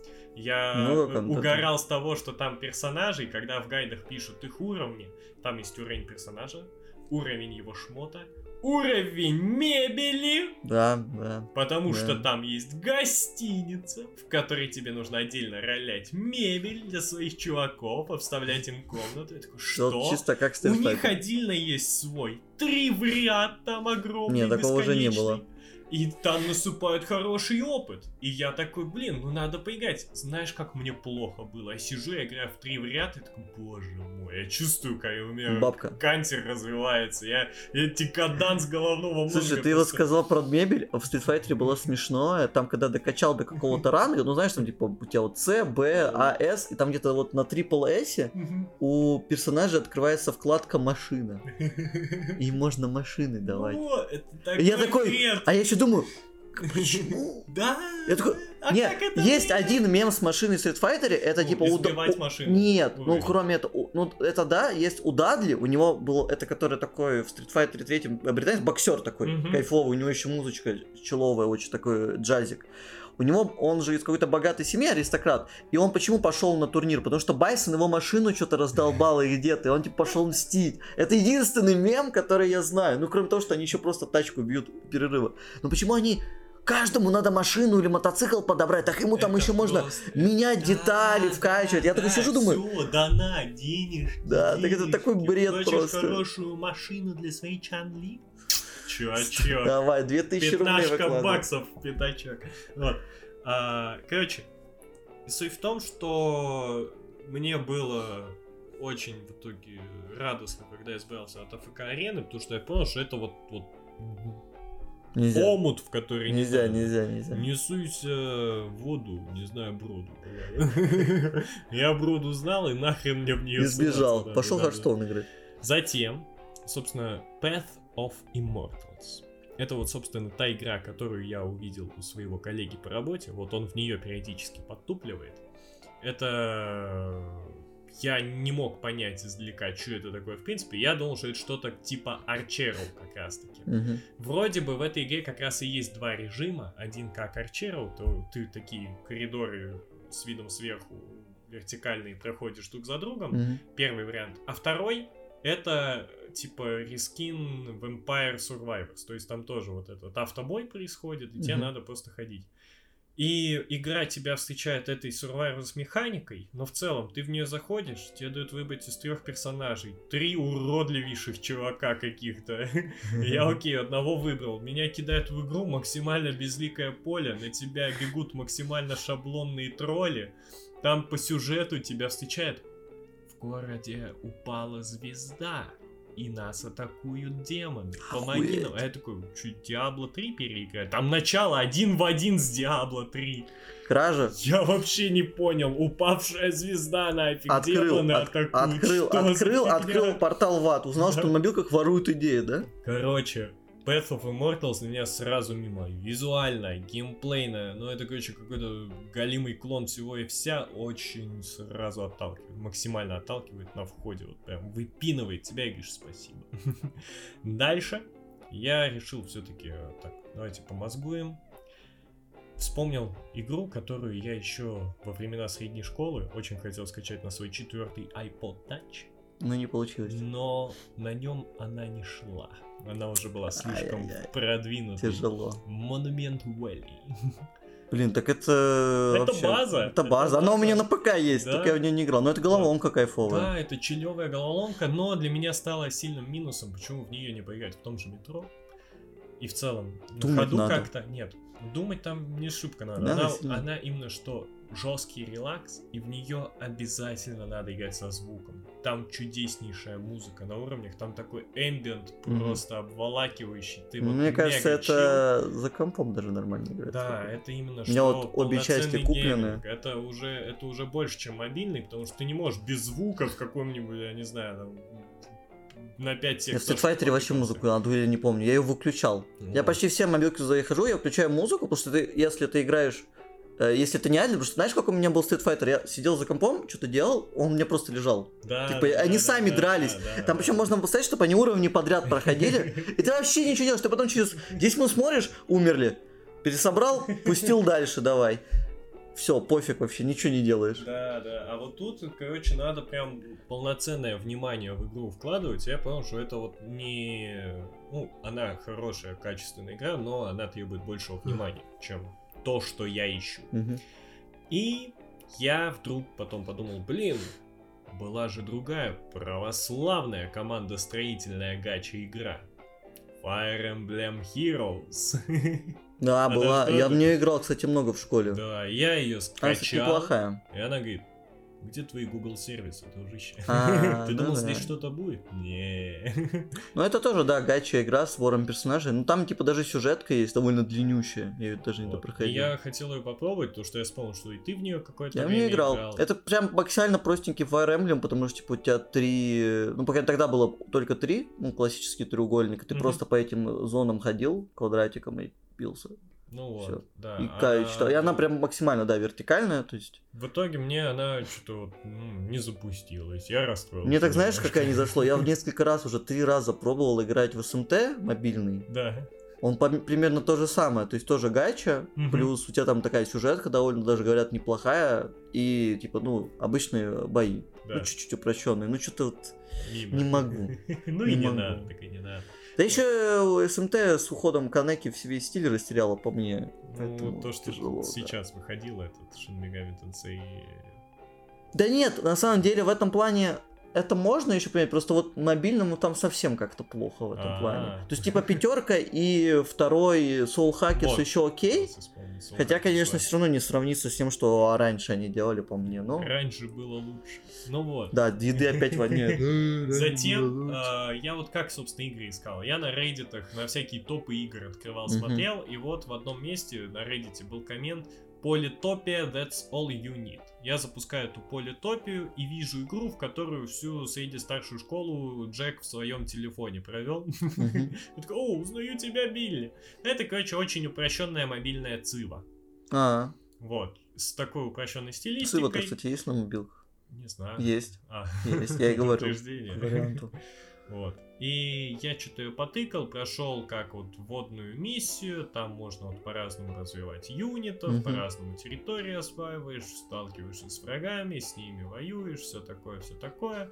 Я Ну, как бы угорал с того, что там персонажей, когда в гайдах пишут их уровни, там есть уровень персонажа, уровень его шмота, уровень мебели, Да, да. потому Да. что там есть гостиница, в которой тебе нужно отдельно ролять мебель для своих чуваков, обставлять им комнату. Я такой, что? Вот чисто как У Street них Fighter. отдельно есть свой три в ряд там огромный, Не, такого уже не бесконечный. было. И там наступает хороший опыт. И я такой, блин, ну надо поиграть. Знаешь, как мне плохо было? Я сижу, я играю в три в ряд, и такой, боже мой, я чувствую, как у меня Бабка. кантер развивается. Я, я декаданс головного мозга. Слушай, ты вот просто- сказал про мебель, а в Street Fighter было смешное, там когда докачал до какого-то ранга, ну знаешь, там типа у тебя вот С, Б, А, С, и там где-то вот на трипл S Мгм. у персонажа открывается вкладка машина. И можно машины давать. О, это И я такой такой, бред. а я еще думаю, почему? Да. Я такой, А Нет, как это есть выглядит? один мем с машиной в Street Fighter, это Ну, типа... у Да- избивать у- машину. Нет, Ой. ну кроме этого, у- ну это да, есть у Дадли, у него был, это который такой в Street Fighter три британец, боксер такой, Мгм. кайфовый, у него еще музычка человая, очень такой джазик. У него, он же из какой-то богатой семьи, аристократ, и он почему пошел на турнир? Потому что Байсон его машину что-то раздолбал или где-то, и он типа пошел мстить. Это единственный мем, который я знаю. Ну, кроме того, что они еще просто тачку бьют перерыва. Но почему они... Каждому надо машину или мотоцикл подобрать, так ему там Это еще можно просто- менять Да, детали, вкачивать. Я да, такой сижу, думаю, всё, дана, денежки, Да, так это денежки. такой бред Хочешь просто. хорошую машину для своей Чан-Ли? Чувачок. давай, две тысячи рублей Пятнашка выкладывай. баксов, пятачок. Вот. А, короче, суть в том, что мне было очень в итоге радостно, когда я избавился от АФК-арены, потому что я понял, что это вот, вот Нельзя, омут, в который не нельзя, надо. нельзя, нельзя. Не суйся в воду, не знаю броду. Я броду знал, и нахрен мне в нее Избежал, ссылаться, да, пошел да, да. Хардстоун играть. Затем, собственно, Path of Immortals. Это вот, собственно, та игра, которую я увидел у своего коллеги по работе. Вот он в нее периодически подтупливает. Это... Я не мог понять издалека, что это такое в принципе. Я думал, что это что-то типа Арчеру как раз таки. Мгм. Вроде бы в этой игре как раз и есть два режима. Один как Арчеру, то ты такие коридоры с видом сверху вертикальные проходишь друг за другом. Мгм. Первый вариант. А второй это типа рескин Vampire Survivors. То есть там тоже вот этот автобой происходит, и тебе Мгм. надо просто ходить. И игра тебя встречает этой Survivors механикой, но в целом ты в нее заходишь, тебе дают выбрать из трех персонажей. Три уродливейших чувака каких-то. Я окей, одного выбрал. Меня кидают в игру максимально безликое поле, на тебя бегут максимально шаблонные тролли. Там по сюжету тебя встречает: в городе упала звезда, и нас атакуют демоны. Помоги нам. А я такой, чуть Диабло три переиграть? Там начало один в один с Диабло три. Кража. Я вообще не понял. Упавшая звезда нафиг. Открыл, демоны от- атакуют. открыл, Что за открыл, фигня? открыл портал в ад. Узнал, что на мобилках воруют идеи, да? Короче, Path of Immortals на меня сразу мимо. Визуально, геймплейно, ну это, короче, какой-то галимый клон всего и вся, очень сразу отталкивает, максимально отталкивает на входе, вот прям выпинывает тебя и говоришь спасибо. Дальше я решил все-таки, так, давайте помозгуем. Вспомнил игру, которую я еще во времена средней школы очень хотел скачать на свой четвертый iPod Touch. Ну, не получилось. Но на нем она не шла. Она уже была слишком Ай-яй-яй. продвинутой. Тяжело. Monument Valley. Блин, так это... Это вообще- база. Это Это база. Она у база. меня на ПК есть, Да. только я в нее не играл. Но это головоломка кайфовая. Да, это чилевая головоломка, но для меня стало сильным минусом, почему в нее не поиграть в том же метро. И в целом, на Думать ходу надо. как-то... Нет, думать там не шибко надо. Надо Она, сильно. она именно что жесткий релакс, и в нее обязательно надо играть со звуком. Там чудеснейшая музыка на уровнях, там такой эмбиент Мгм. просто обволакивающий. Ты вот Мне кажется, мега чил. это за компом даже нормально играть. Да, это именно У что меня вот обе части полноценный куплены. гейминг. Это уже, это уже больше, чем мобильный, потому что ты не можешь без звука в каком-нибудь, я не знаю, там, на пять Я в секторов. Street Fighter вообще музыку надо, я не помню, я ее выключал. Ну. Я почти все мобилки захожу, я включаю музыку, потому что ты, если ты играешь, э, если ты не один, потому что знаешь, как у меня был Street Fighter, я сидел за компом, что-то делал, он у меня просто лежал. Да, Типа, да, они да, сами да, дрались. да, да, Там да. причем можно поставить, чтобы они уровни подряд проходили, и ты вообще ничего не делаешь, ты потом через десять минут смотришь, умерли, пересобрал, пустил дальше, давай. Все, пофиг вообще, ничего не делаешь. Да, да. А вот тут, короче, надо прям полноценное внимание в игру вкладывать. Я понял, что это вот не... Ну, она хорошая, качественная игра, но она требует большего внимания, чем то, что я ищу. Мгм. И я вдруг потом подумал, блин, была же другая православная команда строительная гача-игра. Fire Emblem Heroes. Да, Она была, тоже- я в нее играл, кстати, много в школе. Да, я ее Она, кстати, скачал. неплохая. И она говорит, где твои Google сервисы, дружище? А, Ты ну думал, да. здесь что-то будет? Не. Ну, это тоже, да, гача игра с вором персонажей. Ну, там, типа, даже сюжетка есть довольно длиннющая. Я ее даже не Вот. И допроходил. я хотел ее попробовать, потому что я вспомнил, что и ты в нее какое-то Я в время нее играл. Это прям максимально простенький Fire Emblem, потому что, типа, у тебя три... Ну, пока тогда было только три, ну, классический треугольник. Ты Мгм. просто по этим зонам ходил, квадратиком и бился. Ну вот, Всё. да. И Каю а... читал. И она прям максимально, да, вертикальная, то есть... В итоге мне она что-то вот, ну, не запустилась, я расстроился. Мне так знаешь, какая не зашло? Я в несколько раз, уже три раза пробовал играть в СМТ мобильный. Да. Он по- примерно то же самое, то есть тоже гача, Мгм. плюс у тебя там такая сюжетка довольно, даже говорят, неплохая, и типа, ну, обычные бои, Да. ну, чуть-чуть упрощенные, ну, что-то вот Мимо. не могу. Ну Не и не могу. надо, так и не надо. Да еще СМТ с уходом Канеки в себе стиль растеряла по мне, Ну, поэтому то, что тяжело, да. сейчас выходило, этот Shin Megami Tensei... Да нет, на самом деле в этом плане это можно еще понять, просто вот мобильному там совсем как-то плохо в этом А-а-а. плане. То есть типа пятерка и второй Soul Hackers Вот. еще окей, Сейчас вспомнил, Soul хотя, Hackers конечно, два. все равно не сравнится с тем, что раньше они делали по мне, но... Раньше было лучше. Ну вот. Да, еды опять воняют. Затем э, я вот как, собственно, игры искал. Я на рейдитах на всякие топы игр открывал, Мгм. смотрел, и вот в одном месте на рейдите был коммент Polytopia, that's all you need. Я запускаю эту политопию и вижу игру, в которую всю средне-старшую школу Джек в своем телефоне провел. Мгм. Я такой, о, узнаю тебя, Билли. Это, короче, очень упрощенная мобильная цива. А, Вот. С такой упрощенной Цива-то, стилистикой. кстати, есть на мобилках? Не знаю. Есть. А, Есть, я и говорю. Подтверждение. По варианту. Вот. И я что-то ее потыкал, прошел как вот вводную миссию, там можно вот по-разному развивать юнитов, Мгм. по-разному территории осваиваешь, сталкиваешься с врагами, с ними воюешь, все такое, все такое.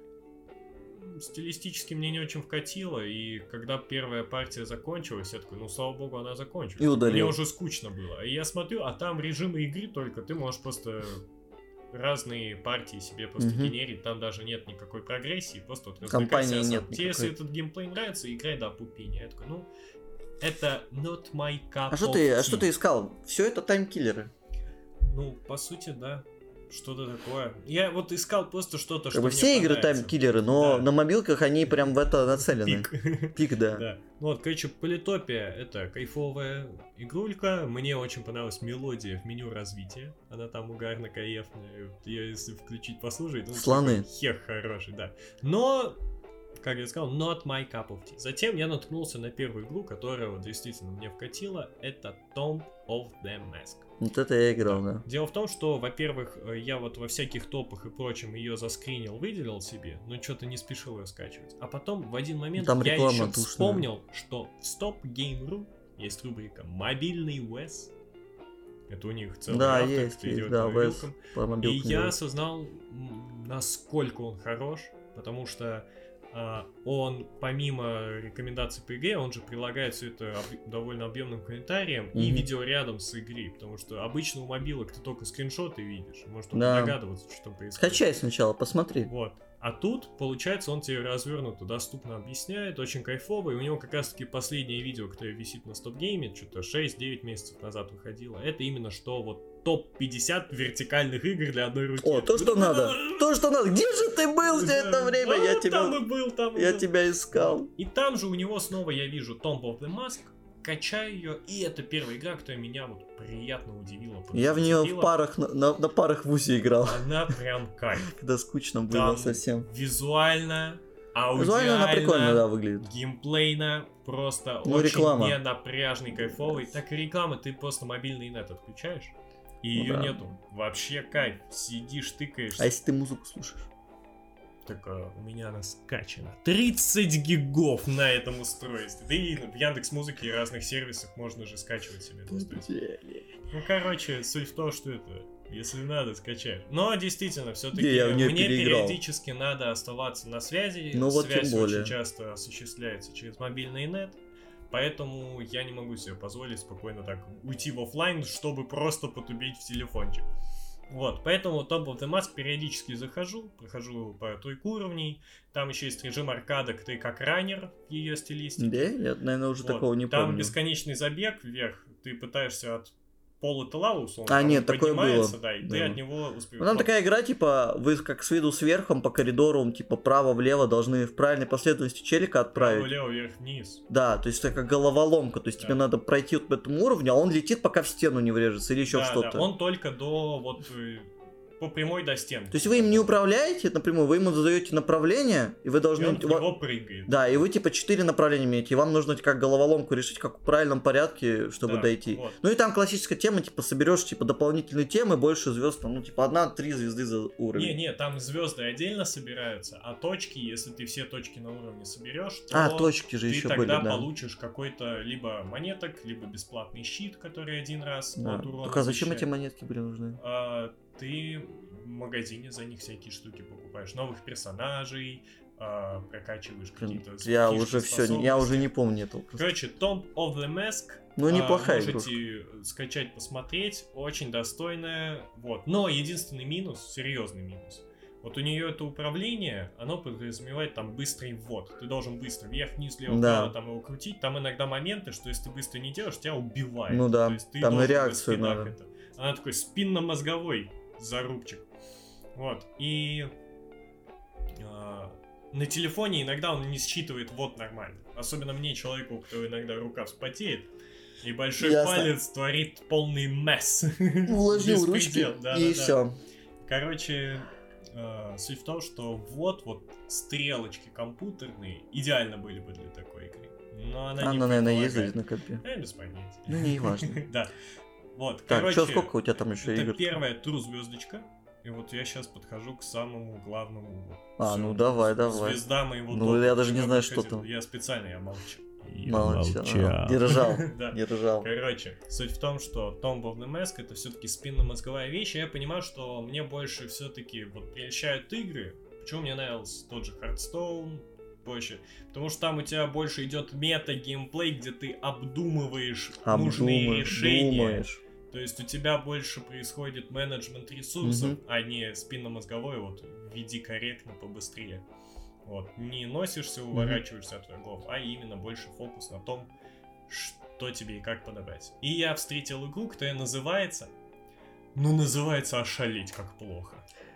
Стилистически мне не очень вкатило, и когда первая партия закончилась, я такой, ну слава богу, она закончилась. И удалил. Мне уже скучно было. И я смотрю, а там режимы игры только, ты можешь просто разные партии себе просто Мгм. генерить, там даже нет никакой прогрессии, просто вот Компании развлекайся нет сам. Тебе если никакой. этот геймплей нравится, играй до пупини. Я такой, ну, это not my cup А что of ты, а tea. что ты искал? Все это таймкиллеры. Ну, по сути, да. Что-то такое. Я вот искал просто что-то, Как что бы мне все игры понравится. таймкиллеры, но Да. на мобилках они прям в это нацелены. Пик. Пик, да. Да. Ну вот, короче, Политопия — это кайфовая игрулька. Мне очень понравилась мелодия в меню развития. Она там угарно кайфная. Ее если включить, послушать, ну, Слоны. такой хех хороший, да. Но, как я сказал, not my cup of tea. Затем я наткнулся на первую игру, которая вот действительно мне вкатила. Это Tomb of the Mask. Вот это я играл, да. Дело в том, что, во-первых, я вот во всяких топах и прочем ее заскринил, выделил себе, но что-то не спешил ее скачивать. А потом в один момент Там я реклама еще душная. вспомнил, что в Stop Game точка ру есть рубрика «Мобильный ВЭС». Это у них целый Да, автор, есть, кто есть, идет да, по ВЭС мобилкам. по И мобилкам я делают. осознал, м, насколько он хорош, потому что а, он, помимо рекомендаций по игре, он же прилагает все это об- довольно объемным комментарием и Мгм. видеорядом с игры, потому что обычно у мобилок ты только скриншоты видишь, может только Да. догадываться, что там происходит. Скачай сначала, посмотри. Вот. А тут, получается, он тебе развернуто, доступно объясняет, очень кайфово, и у него как раз-таки последнее видео, которое висит на стоп-гейме, что-то шесть-девять месяцев назад выходило, это именно что вот топ пятьдесят вертикальных игр для одной руки. О, то, что надо. То, что надо. Где же ты был все это время? Я А, Там и тебя, был, там и я был. тебя искал. И там же у него снова я вижу Tomb of the Mask, качаю ее, и это первая игра, которая меня вот приятно удивила. Я в нее в зацепила. парах, на, на- на парах в УЗИ играл. Она прям кайф. Когда скучно было Там совсем. визуально, аудиально, Визуально она прикольно, да, выглядит. геймплейно, просто Ну, очень реклама. ненапряжный, кайфовый. Так и реклама, ты просто мобильный нет отключаешь, и Ну ее да. нету. Вообще кайф. Сидишь, тыкаешься. А если ты музыку слушаешь? Так а, у меня она скачана. тридцать гигов на этом устройстве. Да и в Яндекс.Музыке и разных сервисах можно же скачивать себе это устройство. Ну, короче, суть в том, что это, если надо, скачай. Но действительно, все-таки Не, я в неё мне переиграл. периодически надо оставаться на связи. Ну вот Связь тем более. очень часто осуществляется через мобильный нет. Поэтому я не могу себе позволить спокойно так уйти в оффлайн, чтобы просто потубить в телефончик. Вот, поэтому Tomb of the Mask периодически захожу, прохожу пару-тройку уровней. Там еще есть режим аркада, ты как раннер в ее стилистике. Да? Я, наверное, уже Вот, такого не там помню. бесконечный забег вверх, ты пытаешься от пола тела, условно, А, там нет, он такое поднимается, было. да, и ты Да. от него успеваешь. Ну, там такая игра, типа, вы как с виду сверху по коридору, типа, право-влево должны в правильной последовательности челика отправить. Право-лево, вверх-вниз. Да, то есть это как головоломка, то есть Да. тебе надо пройти вот по этому уровню, а он летит, пока в стену не врежется или еще Да, что-то. да, он только до вот э, по прямой до стенки. То есть вы им не управляете напрямую, вы ему задаете направление, и вы должны... И он в него прыгает. Да, и вы типа четыре направления имеете, и вам нужно как головоломку решить, как в правильном порядке, чтобы Да, дойти. вот. Ну и там классическая тема, типа соберешь типа дополнительные темы, больше звезд, ну типа одна-три звезды за уровень. Не-не, там звезды отдельно собираются, а точки, если ты все точки на уровне соберешь, то А, точки же ты еще тогда были, да. получишь какой-то либо монеток, либо бесплатный щит, который один раз Да. от урона Только а зачем защищает. эти монетки были нужны? А, ты в магазине за них всякие штуки покупаешь, новых персонажей, а, прокачиваешь Блин, какие-то я фишки, уже все, я способности. уже не помню этого. просто. Короче, Tomb of the Mask. Ну, неплохая а, игрушка. можете скачать, посмотреть, очень достойная, вот. Но единственный минус, серьезный минус. Вот у нее это управление, оно подразумевает там быстрый ввод. Ты должен быстро вверх, вниз, лево, Да. право там его крутить. Там иногда моменты, что если ты быстро не делаешь, тебя убивает. Ну да, То есть ты там на должен реакцию в спинах надо. это. Она такой спинномозговой зарубчик. Вот. И а, на телефоне иногда он не считывает ввод нормально. Особенно мне, человеку, у которого иногда рука вспотеет. И большой Ясно. палец творит полный месс. Вложил ручки Беспредел, да, и да, да. все. Короче, э, суть в том, что вот, вот стрелочки компьютерные идеально были бы для такой игры. Но она не Она, наверное, предполагает. ездит на компе. Я без понятия. Ну, не важно. Да. Вот, Так, короче, что, сколько у тебя там еще это игр? первая true звездочка. И вот я сейчас подхожу к самому главному. А, Всё, ну давай, давай. Звезда моего Ну, топа. я даже не Я знаю, что подходил. там. Я специально, я молчу. Я Молчал. А, Держал, Да. держал. Короче, суть в том, что Tomb of the Mask это все-таки спинномозговая вещь, и я понимаю, что мне больше все-таки вот прельщают игры. Почему мне нравился тот же Hearthstone больше? Потому что там у тебя больше идет мета-геймплей, где ты обдумываешь нужные Обдумаешь, решения. думаешь. То есть у тебя больше происходит менеджмент ресурсов, Мгм. а не спинномозговой, вот, веди корректно, побыстрее. Вот, не носишься, уворачиваешься от врагов, а именно больше фокус на том, что тебе и как подобрать. И я встретил игру, которая называется... Ну, называется ошалеть как плохо.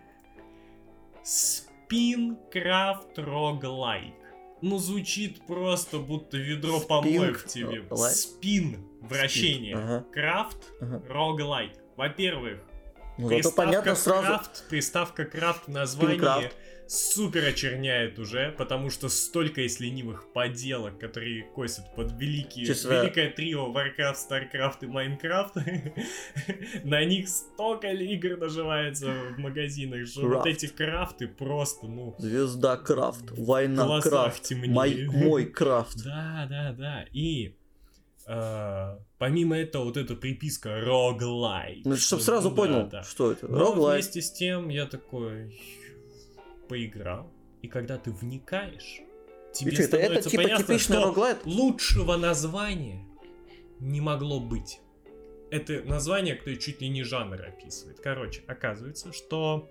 Spincraft Roguelike. Ну, звучит просто, будто ведро помоев в тебе. Roguelike? Спин, вращение. Ага. Крафт, Ага. roguelike. Во-первых, Ну, зато приставка понятно сразу. крафт, приставка крафт в названии Spinecraft. супер очерняет уже, потому что столько есть ленивых поделок, которые косят под великие, Честно. великое трио Warcraft, Starcraft и Minecraft. На них столько игр наживается в магазинах, что вот Крафт. эти крафты просто, ну, Звезда Крафт, в война глазах Крафт, темнеет. мой, мой Крафт. Да, да, да. И э, помимо этого, вот эта приписка roguelike. Ну, чтобы что- сразу да, понял, да. что это. Но Роглайк. вместе с тем я такой поиграл, и когда ты вникаешь, тебе И что, это, это становится типа понятно, типичный что роглайт? лучшего названия не могло быть. Это название, которое чуть ли не жанр описывает. Короче, оказывается, что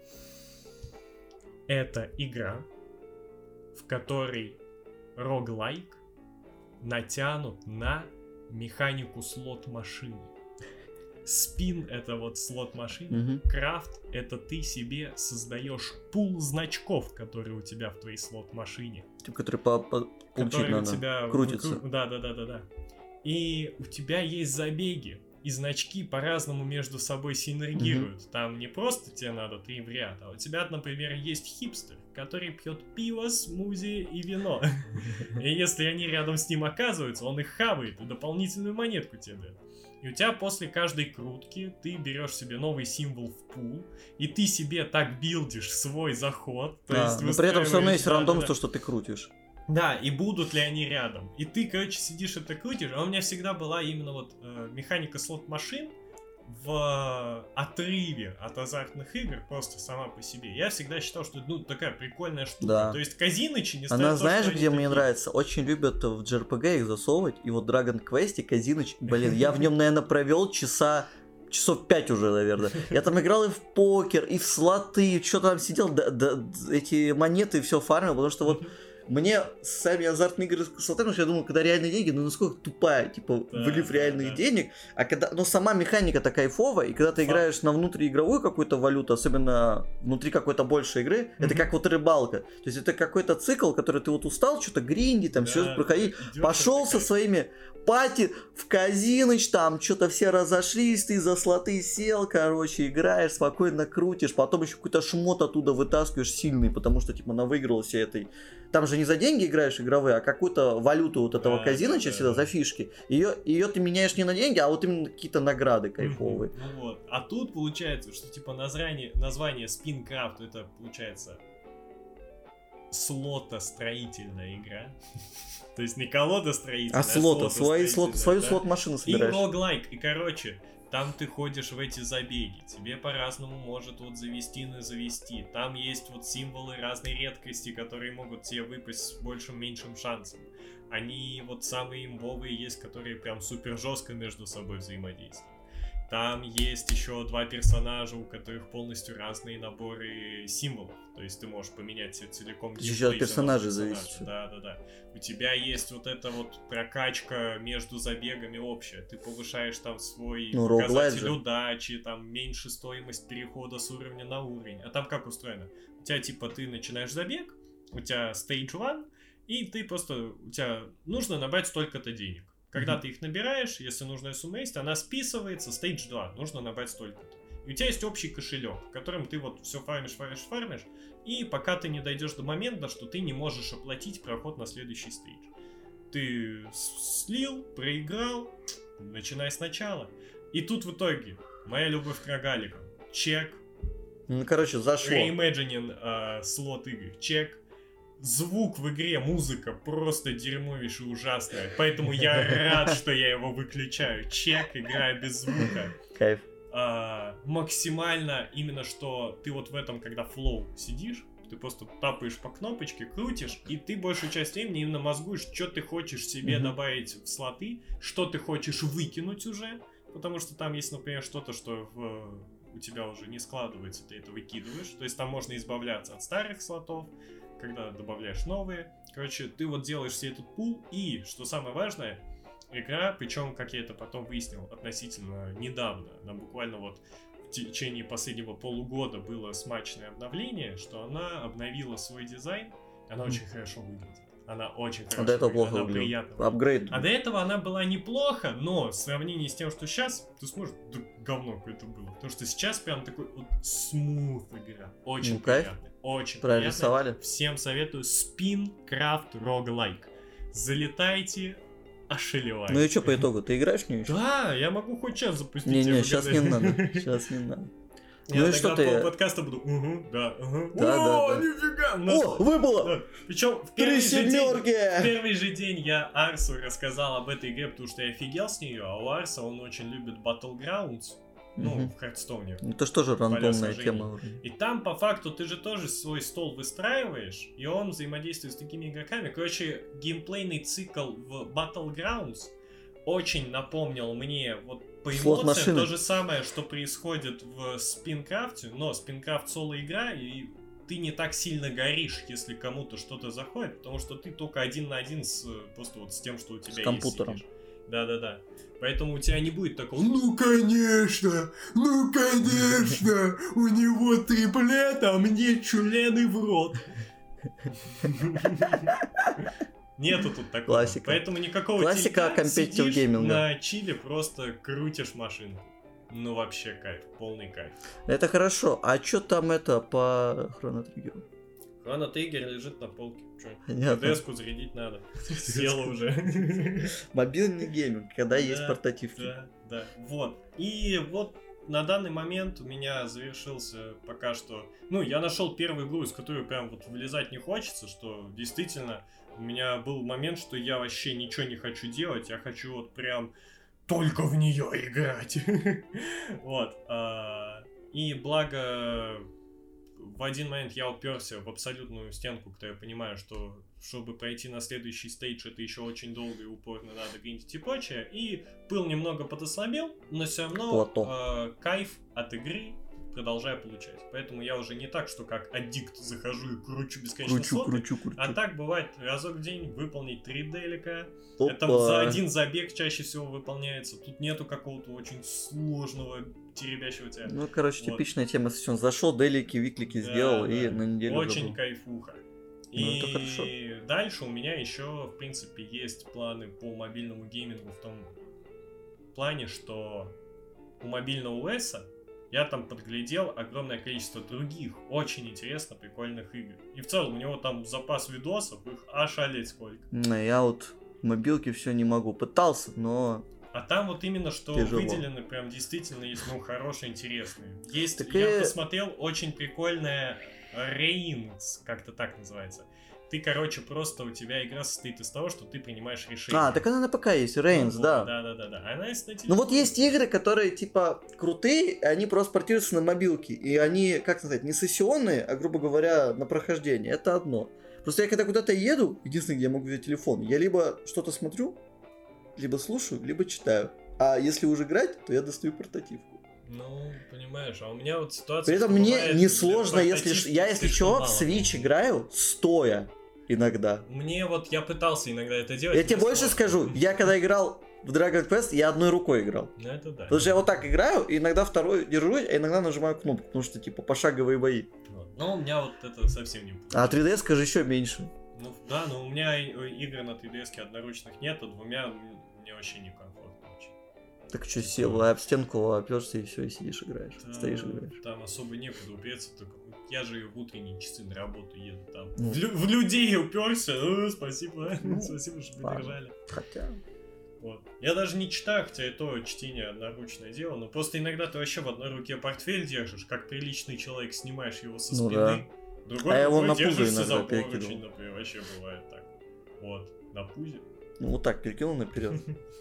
это игра, в которой роглайк натянут на механику слот-машины. Спин — это вот слот-машина. Мгм. Крафт — это ты себе создаешь пул значков, которые у тебя в твоей слот-машине. Типа, который по, по получить Которые у надо. тебя крутится. выкру- Да, да, да, да, да. И у тебя есть забеги. И значки по-разному между собой синергируют. Там не просто тебе надо три в ряд, а у тебя, например, есть хипстер, который пьет пиво, смузи и вино. И если они рядом с ним оказываются, он их хавает и дополнительную монетку тебе дает. И у тебя после каждой крутки ты берешь себе новый символ в пул, и ты себе так билдишь свой заход. То А, есть но при этом все равно выстраиваешь- есть да, да, рандомство, да. что ты крутишь. Да, и будут ли они рядом. И ты, короче, сидишь это крутишь. А у меня всегда была именно вот э, механика слот-машин в э, отрыве от азартных игр, просто сама по себе. Я всегда считал, что ну такая прикольная штука. Да. То есть казинычи не стоят Она, то, знаешь, что они где мне такие. нравится? Очень любят в джей ар пи джи их засовывать. И вот Dragon Quest и Казиныч, блин, я в нем, наверное, провел часа часов пять уже, наверное. Я там играл и в покер, и в слоты, что-то там сидел, да, да, эти монеты все фармил, потому что вот Мне сами азартные игры с слотами, потому что я думал, когда реальные деньги, ну насколько тупая, типа, Да, влив да, реальных да. денег, а когда, но сама механика-то кайфовая, и когда ты Факт. играешь на внутриигровую какую-то валюту, особенно внутри какой-то большей игры, это Мгм. как вот рыбалка, то есть это какой-то цикл, который ты вот устал, что-то гринди, там, Да, что-то проходить, идёшь, пошел это со кайф. своими пати в казиныч, там, что-то все разошлись, ты за слоты сел, короче, играешь, спокойно крутишь, потом еще какой-то шмот оттуда вытаскиваешь сильный, потому что, типа, навыигрался этой. Там же не за деньги играешь игровые, а какую-то валюту вот этого Да, казиноча да, всегда, да, за да. фишки. Ее, ее ты меняешь не на деньги, а вот именно какие-то награды кайфовые. Мгм. Ну вот. А тут получается, что типа название, название Spinkraft это получается слотостроительная игра. То есть не колодостроительная, А слота, свои слот, слотостроительная, свою да. слот-машину И собираешь. роглайк. И короче, там ты ходишь в эти забеги. Тебе по-разному может вот завести на завести. Там есть вот символы разной редкости, которые могут тебе выпасть с большим-меньшим шансом. Они вот самые имбовые есть, которые прям супер жестко между собой взаимодействуют. Там есть еще два персонажа, у которых полностью разные наборы символов. То есть ты можешь поменять себе целиком Еще геймплей от персонажей самого зависит. Да, да, да. У тебя есть вот эта вот прокачка между забегами общая. Ты повышаешь там свой Ну, роуглайт показатель же. удачи, там меньше стоимость перехода с уровня на уровень. А там как устроено? У тебя типа ты начинаешь забег, у тебя stage один, и ты просто, у тебя нужно набрать столько-то денег. Когда Мгм. ты их набираешь, если нужная сумма есть, она списывается, стейдж два, нужно набрать столько-то. И у тебя есть общий кошелек, в котором ты вот все фармишь, фармишь, фармишь, и пока ты не дойдешь до момента, что ты не можешь оплатить проход на следующий стейдж. Ты с- слил, проиграл, начинай сначала. И тут в итоге моя любовь к рогаликам. Чек, Ну, короче, зашло. Reimagining э, слот игр. Чек. Звук в игре, музыка просто дерьмовейшая, ужасная. Поэтому я рад, что я его выключаю. Чек, играю без звука. Кайф. А, максимально именно, что ты вот в этом, когда флоу сидишь, ты просто тапаешь по кнопочке, крутишь, и ты большую часть времени именно мозгуешь, что ты хочешь себе Мгм. добавить в слоты, что ты хочешь выкинуть уже, потому что там есть, например, что-то, что в, у тебя уже не складывается, ты это выкидываешь, то есть там можно избавляться от старых слотов, когда добавляешь новые. Короче, ты вот делаешь себе этот пул, и, что самое важное, игра, причем, как я это потом выяснил, относительно недавно, она буквально вот в течение последнего полугода было смачное обновление, что она обновила свой дизайн, она Мгм. очень хорошо выглядит. Она очень хорошо А до этого выглядит, плохо она выглядел. приятно. Апгрейд. А до этого она была неплохо, но в сравнении с тем, что сейчас, ты сможешь, да говно какое-то было. Потому что сейчас прям такой вот смуth игра. Очень Ну, кайф. приятная. Очень приятная. Прорисовали. Всем советую Spinkraft Roguelike. Залетайте, ошелевайте. Ну и что по итогу, ты играешь в нее еще? Да, я могу хоть час запустить. Не-не, я сейчас не угадаю. надо. Сейчас не надо. Я Ну и тогда что ты- пол подкаста буду. Угу, да, угу. Да, О, да, да. нифига! Ну, О, выпало! да. Причем в Три первый же день. В семерки! первый же день я Арсу рассказал об этой игре, потому что я офигел с нее, а у Арса он очень любит Battlegrounds, ну, Мгм. в Хардстоуне. Ну, это же тоже рандомная сражений. тема уже. И там, по факту, ты же тоже свой стол выстраиваешь, и он взаимодействует с такими игроками. Короче, геймплейный цикл в Battlegrounds очень напомнил мне вот по Слот эмоциям машины. то же самое, что происходит в Спинкрафте, но Спинкрафт соло игра, и ты не так сильно горишь, если кому-то что-то заходит, потому что ты только один на один с просто вот с тем, что у тебя есть. компьютером. сидишь. Да-да-да. Поэтому у тебя не будет такого, ну конечно, ну конечно, у него триплет, а мне члены в рот. Нету тут такого. Классика. Поэтому никакого Классика тильта, competitive сидишь гейминга. на чиле, просто крутишь машинку. Ну вообще кайф, полный кайф. Это хорошо. А что там это по хронотриггеру? Хроно Триггер лежит на полке. Чё? Понятно. ДСку зарядить надо. Села уже. Мобильный гейминг, когда есть Да, портативки. Да, да. Вот. И вот на данный момент у меня завершился пока что... Ну, я нашел первую игру, из которой прям вот вылезать не хочется, что действительно у меня был момент, что я вообще ничего не хочу делать, я хочу вот прям только в нее играть. Вот. а, И благо в один момент я уперся в абсолютную стенку, когда я понимаю, что чтобы пройти на следующий стейдж, это еще очень долго и упорно надо гриндить и прочее. И пыл немного подослабел, но все равно Плато. э, кайф от игры продолжаю получать. Поэтому я уже не так, что как аддикт захожу и кручу бесконечно Кручу, слоты. кручу, кручу. А так бывает разок в день выполнить три делика. Опа. Это за один забег чаще всего выполняется. Тут нету какого-то очень сложного теребящего тебя. Ну, короче, Вот. типичная тема. Если он зашел, делики, виклики Да, сделал да. и на неделю Очень забыл. кайфуха. Ну, И это хорошо. дальше у меня еще, в принципе, есть планы по мобильному геймингу в том плане, что у мобильного о эс я там подглядел огромное количество других, очень интересно прикольных игр. И в целом у него там запас видосов, их ошалеть сколько. Не, я вот в мобилке все не могу. Пытался, но... А там вот именно что Тяжело. выделены прям действительно есть, ну, хорошие, интересные. Есть, Так я и- посмотрел, очень прикольная Reigns, как-то так называется. Ты, короче, просто у тебя игра состоит из того, что ты принимаешь решения. А, так она на ПК есть, Reigns, Вот, да. Да, да, да, да. Она есть на Ну телефоне. вот есть игры, которые типа крутые, и они просто портируются на мобилки. И они, как сказать, не сессионные, а, грубо говоря, на прохождение. Это одно. Просто я когда куда-то еду, единственное, где я могу взять телефон, я либо что-то смотрю, либо слушаю, либо читаю. А если уже играть, то я достаю портативку. Ну, понимаешь, а у меня вот ситуация... При этом что мне бывает, не для сложно, если ш- портативки я, если слишком что, в мало Switch времени. играю стоя иногда. Мне вот, я пытался иногда это делать. Я тебе мне больше сложно. скажу, я когда играл в Dragon Quest, я одной рукой играл. Ну, это да. Потому что я вот так играю, и иногда второй держу, а иногда нажимаю кнопку, потому что типа пошаговые бои. Вот. Но у меня вот это совсем не получилось. А три ди эс же еще меньше. Ну, да, но у меня и- игр на три ди эс одноручных нету, двумя мне вообще некомфортно очень. Так что сел, а об стенку оперся и все, и сидишь играешь. Там- Стоишь играешь. Там особо некуда упереться, только я же в утренние часы на работу еду там. Ну. В, лю- в людей уперся, ну, спасибо, Ну, спасибо, что ладно. поддержали. Хотя. Вот. Я даже не читаю, хотя и то чтение одноручное дело, но просто иногда ты вообще в одной руке портфель держишь, как приличный человек снимаешь его со Ну спины, другой А я его рукой на пузо держишься иногда за поручень, перекидывал. например, вообще бывает так. Вот, на пузе. Ну вот так перекинул наперед.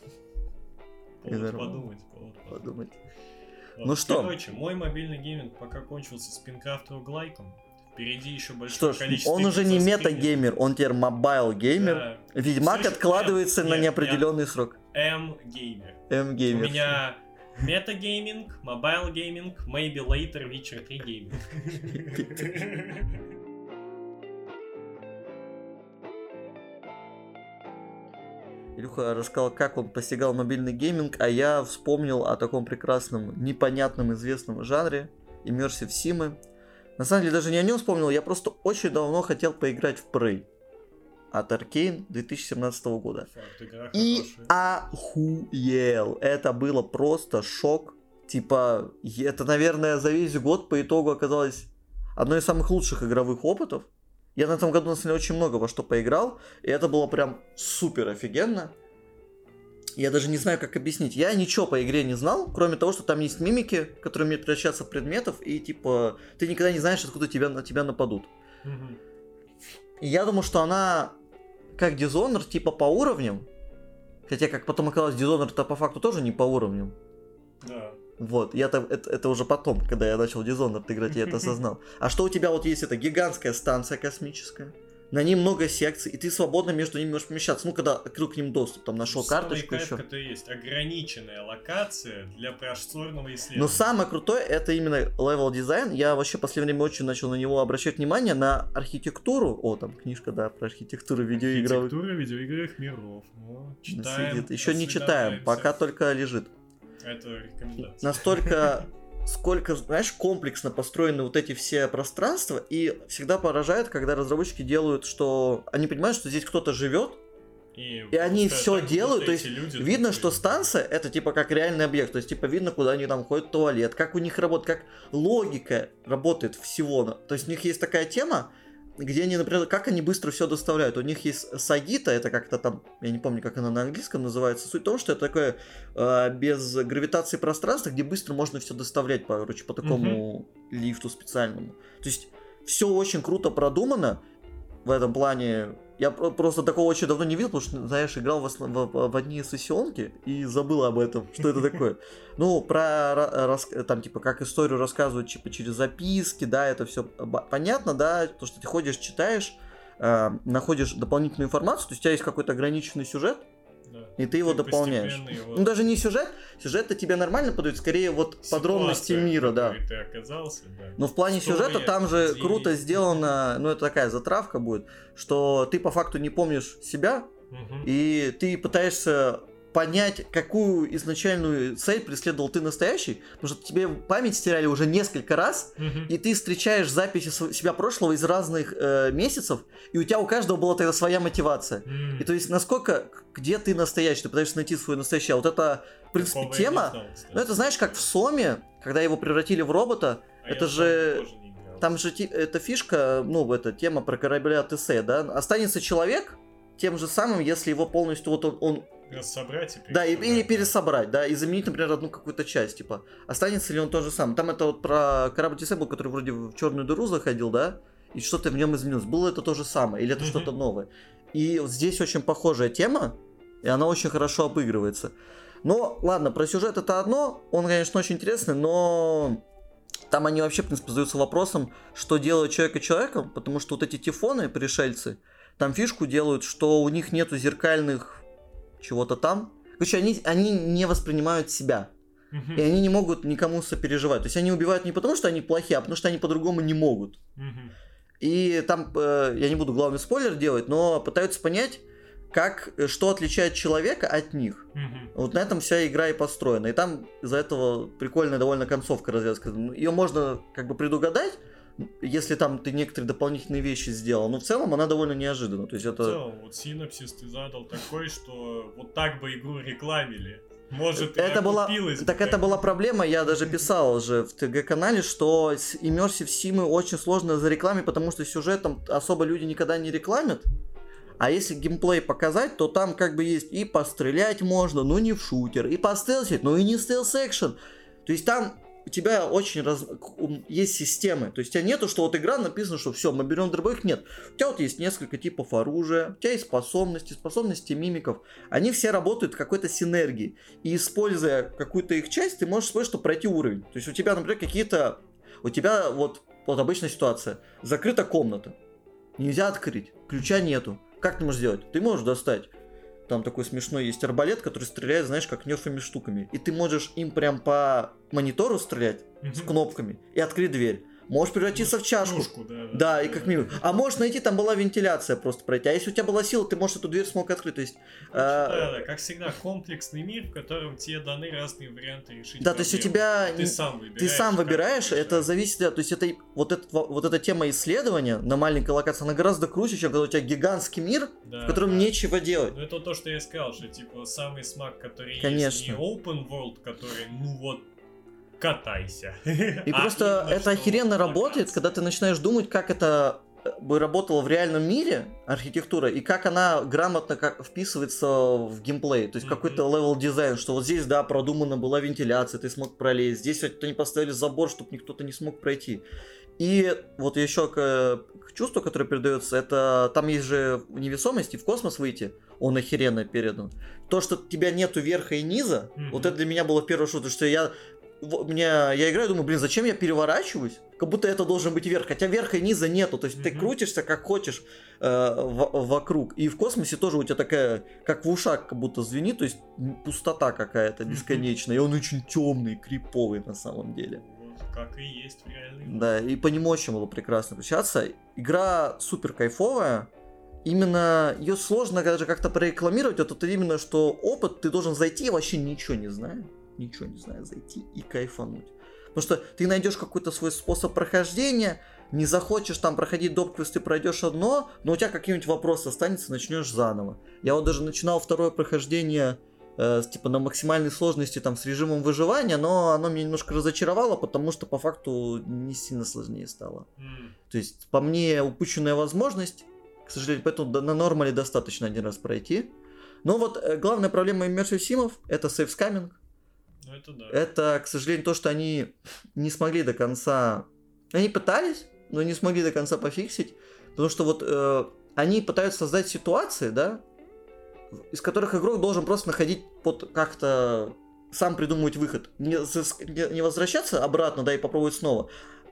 Повод нормально. подумать, повод подумать. Подумать. Вот. Ну что? Короче, мой мобильный гейминг пока кончился Спинкрафт роглайком. Впереди еще Что большое ж, количество... он уже игр не со мета-геймер, он теперь мобайл-геймер. Да. Ведьмак Слышь, откладывается нет, на нет, неопределенный срок. М-геймер. У М-геймер. меня мета-гейминг, мобайл-гейминг, maybe later, Witcher три гейминг. Илюха рассказал, как он постигал мобильный гейминг, а я вспомнил о таком прекрасном, непонятном, известном жанре Immersive Sim. На самом деле даже не о нем вспомнил, я просто очень давно хотел поиграть в Prey от Arkane две тысячи семнадцатого года. Факт, игра И хорошая. охуел. Это было просто шок. Типа, это, наверное, за весь год по итогу оказалось одной из самых лучших игровых опытов. Я на этом году, на самом деле, очень много во что поиграл, и это было прям супер офигенно. Я даже не знаю, как объяснить. Я ничего по игре не знал, кроме того, что там есть мимики, которые умеют превращаться в предметов, и типа, ты никогда не знаешь, откуда тебя, на тебя нападут. Мгм. И я думал, что она как Dishonored, типа по уровням. Хотя, как потом оказалось, Dishonored-то по факту тоже не по уровням. Да. Вот, я там, это, это уже потом, когда я начал Dishonored играть, я это осознал. А что у тебя вот есть эта гигантская станция космическая, на ней много секций, и ты свободно между ними можешь помещаться. Ну, когда открыл к ним доступ, там нашел Самый карточку кайф, еще. это и есть ограниченная локация для просторного Но исследования. самое крутое это именно левел дизайн. Я вообще в последнее время очень начал на него обращать внимание, на архитектуру. О, там книжка, да, про архитектуру видеоигровых. Архитектура видеоигровых миров. Ну, читаем. Еще не читаем, осведомляемся. пока только лежит. Это рекомендация. Настолько, сколько, знаешь, комплексно построены вот эти все пространства, и всегда поражает, когда разработчики делают, что они понимают, что здесь кто-то живет, И, и они пускай все так, делают, будто то эти есть люди видно, тут что живут. станция это типа как реальный объект, то есть типа видно, куда они там ходят в туалет, как у них работает, как логика работает всего. То есть у них есть такая тема, где они, например, как они быстро все доставляют. У них есть Сагита, это как-то там, я не помню, как она на английском называется. Суть в том, что это такое э, без гравитации пространство, где быстро можно все доставлять, короче, по такому лифту специальному. То есть все очень круто продумано в этом плане. Я про- просто такого очень давно не видел, потому что, знаешь, играл в, основ- в, в одни сессионки и забыл об этом, что это такое. Ну, про, ра- рас- там, типа, как историю рассказывают, типа, через записки, да, это все понятно, да, то, что ты ходишь, читаешь, э, находишь дополнительную информацию, то есть у тебя есть какой-то ограниченный сюжет, Да. и ты его Ты дополняешь. постепенно его- Ну, даже не сюжет, сюжет-то тебе нормально подают, скорее вот Ситуация, подробности мира, в да. которой ты оказался, да. Но в плане История, сюжета там же идеи. круто сделано, ну это такая затравка будет, что ты по факту не помнишь себя, Мгм. и ты пытаешься понять, какую изначальную цель преследовал ты настоящий, потому что тебе память стирали уже несколько раз, Мгм. и ты встречаешь записи св- себя прошлого из разных э, месяцев, и у тебя у каждого была тогда своя мотивация. М. И то есть насколько, где ты настоящий, ты пытаешься найти свое настоящее. А вот это, в принципе, Такого я не тема, знал, кстати. ну это знаешь, как в Соме, когда его превратили в робота, А я это в же... Сому тоже не играл. Там же ти- эта фишка, ну, эта тема про корабля Тесея, да? Останется человек тем же самым, если его полностью вот он... он- Собрать и да, и- пересобрать, или да. пересобрать, да, и заменить, например, одну какую-то часть, типа. Останется ли он тот же самый? Там это вот про корабль Тесея был, который вроде в черную дыру заходил, да? И что-то в нем изменилось. Было это то же самое, или это Мгм. что-то новое? И вот здесь очень похожая тема, и она очень хорошо обыгрывается. Но, ладно, про сюжет это одно, он, конечно, очень интересный, но там они вообще, в принципе, задаются вопросом, что делает человека человеком, потому что вот эти тифоны, пришельцы, там фишку делают, что у них нету зеркальных чего-то там. Короче, они, они не воспринимают себя, Мгм. и они не могут никому сопереживать. То есть они убивают не потому, что они плохие, а потому что они по-другому не могут. Мгм. И там, э, я не буду главный спойлер делать, но пытаются понять, как, э, что отличает человека от них. Мгм. Вот на этом вся игра и построена. И там из-за этого прикольная довольно концовка развязка. Ее можно как бы предугадать, если там ты некоторые дополнительные вещи сделал, но в целом она довольно неожиданна. То есть В это... целом, вот синопсис ты задал такой, что вот так бы игру рекламили. Может, Это и была, окупилось бы так это так. была проблема, я даже писал уже в ТГ-канале, что с Immersive Sim очень сложно зарекламить, потому что сюжетом особо люди никогда не рекламят. А если геймплей показать, то там как бы есть и пострелять можно, но не в шутер, и постелсить, но и не стелс-экшен. То есть там у тебя очень раз... есть системы. То есть у тебя нету, что вот игра написано, что все, мы берем дробовик. Нет. У тебя вот есть несколько типов оружия, у тебя есть способности, способности мимиков. Они все работают в какой-то синергии. И используя какую-то их часть, ты можешь свой, что пройти уровень. То есть у тебя, например, какие-то... У тебя вот, вот обычная ситуация. Закрыта комната. Нельзя открыть. Ключа нету. Как ты можешь сделать? Ты можешь достать. Там такой смешной есть арбалет, который стреляет, знаешь, как нерфовыми штуками. И ты можешь им прям по монитору стрелять с Мгм. кнопками и открыть дверь. Можешь превратиться в чашку. Кружку, да, Да, и как минимум. А можешь найти, там была вентиляция просто пройти. А если у тебя была сила, ты можешь эту дверь смог открыть. То есть, Да, э, да, как всегда, комплексный мир, в котором тебе даны разные варианты решить да, то есть у проблему. тебя Ты не- сам выбираешь. ты сам как выбираешь, решать. это зависит, от- то есть это вот, это, вот эта тема исследования на маленькой локации, она гораздо круче, чем когда у тебя гигантский мир, Да, в котором да. нечего делать. Ну это то, что я сказал, что типа самый смак, который Конечно. есть, не open world, который, ну вот, катайся. И А просто именно, это что охеренно работает, локация. когда ты начинаешь думать, как это э, бы работало в реальном мире, архитектура, и как она грамотно как вписывается в геймплей. То есть Мгм. какой-то левел дизайн, что вот здесь, да, продумана была вентиляция, ты смог пролезть. Здесь вот они поставили забор, чтобы никто-то не смог пройти. И вот еще к, к чувству, которое передается, это там есть же невесомость, и в космос выйти, он охеренно передан. То, что у тебя нету верха и низа, Мгм. вот это для меня было первое шутка, что я в- меня, я играю, думаю, блин, зачем я переворачиваюсь? Как будто это должен быть верх. Хотя верха и низа нету. То есть ты Мгм. крутишься как хочешь э, в- вокруг. И в космосе тоже у тебя такая, как в ушах, как будто звенит. То есть м, пустота какая-то Мгм. бесконечная. И он очень темный, криповый на самом деле. Вот, как и есть в реальной Да, и по нему очень было прекрасно общаться. Игра супер кайфовая. Именно ее сложно даже как-то прорекламировать. Вот это именно, что опыт ты должен зайти, вообще ничего не зная. Ничего не зная, зайти и кайфануть. Потому что ты найдешь какой-то свой способ прохождения, не захочешь там проходить доп-квест, ты пройдешь одно, но у тебя какие-нибудь вопросы останется, начнешь заново. Я вот даже начинал второе прохождение э, с, типа на максимальной сложности там с режимом выживания, но оно меня немножко разочаровало, потому что по факту не сильно сложнее стало. М. То есть по мне упущенная возможность, к сожалению, поэтому до- на нормале достаточно один раз пройти. Но вот э, главная проблема Immersive Sim'ов это сейфскаминг. Ну это да. Это, к сожалению, то, что они не смогли до конца... Они пытались, но не смогли до конца пофиксить. Потому что вот э, они пытаются создать ситуации, да, из которых игрок должен просто находить под как-то... сам придумывать выход. Не, зас- не- не возвращаться обратно, да, и попробовать снова.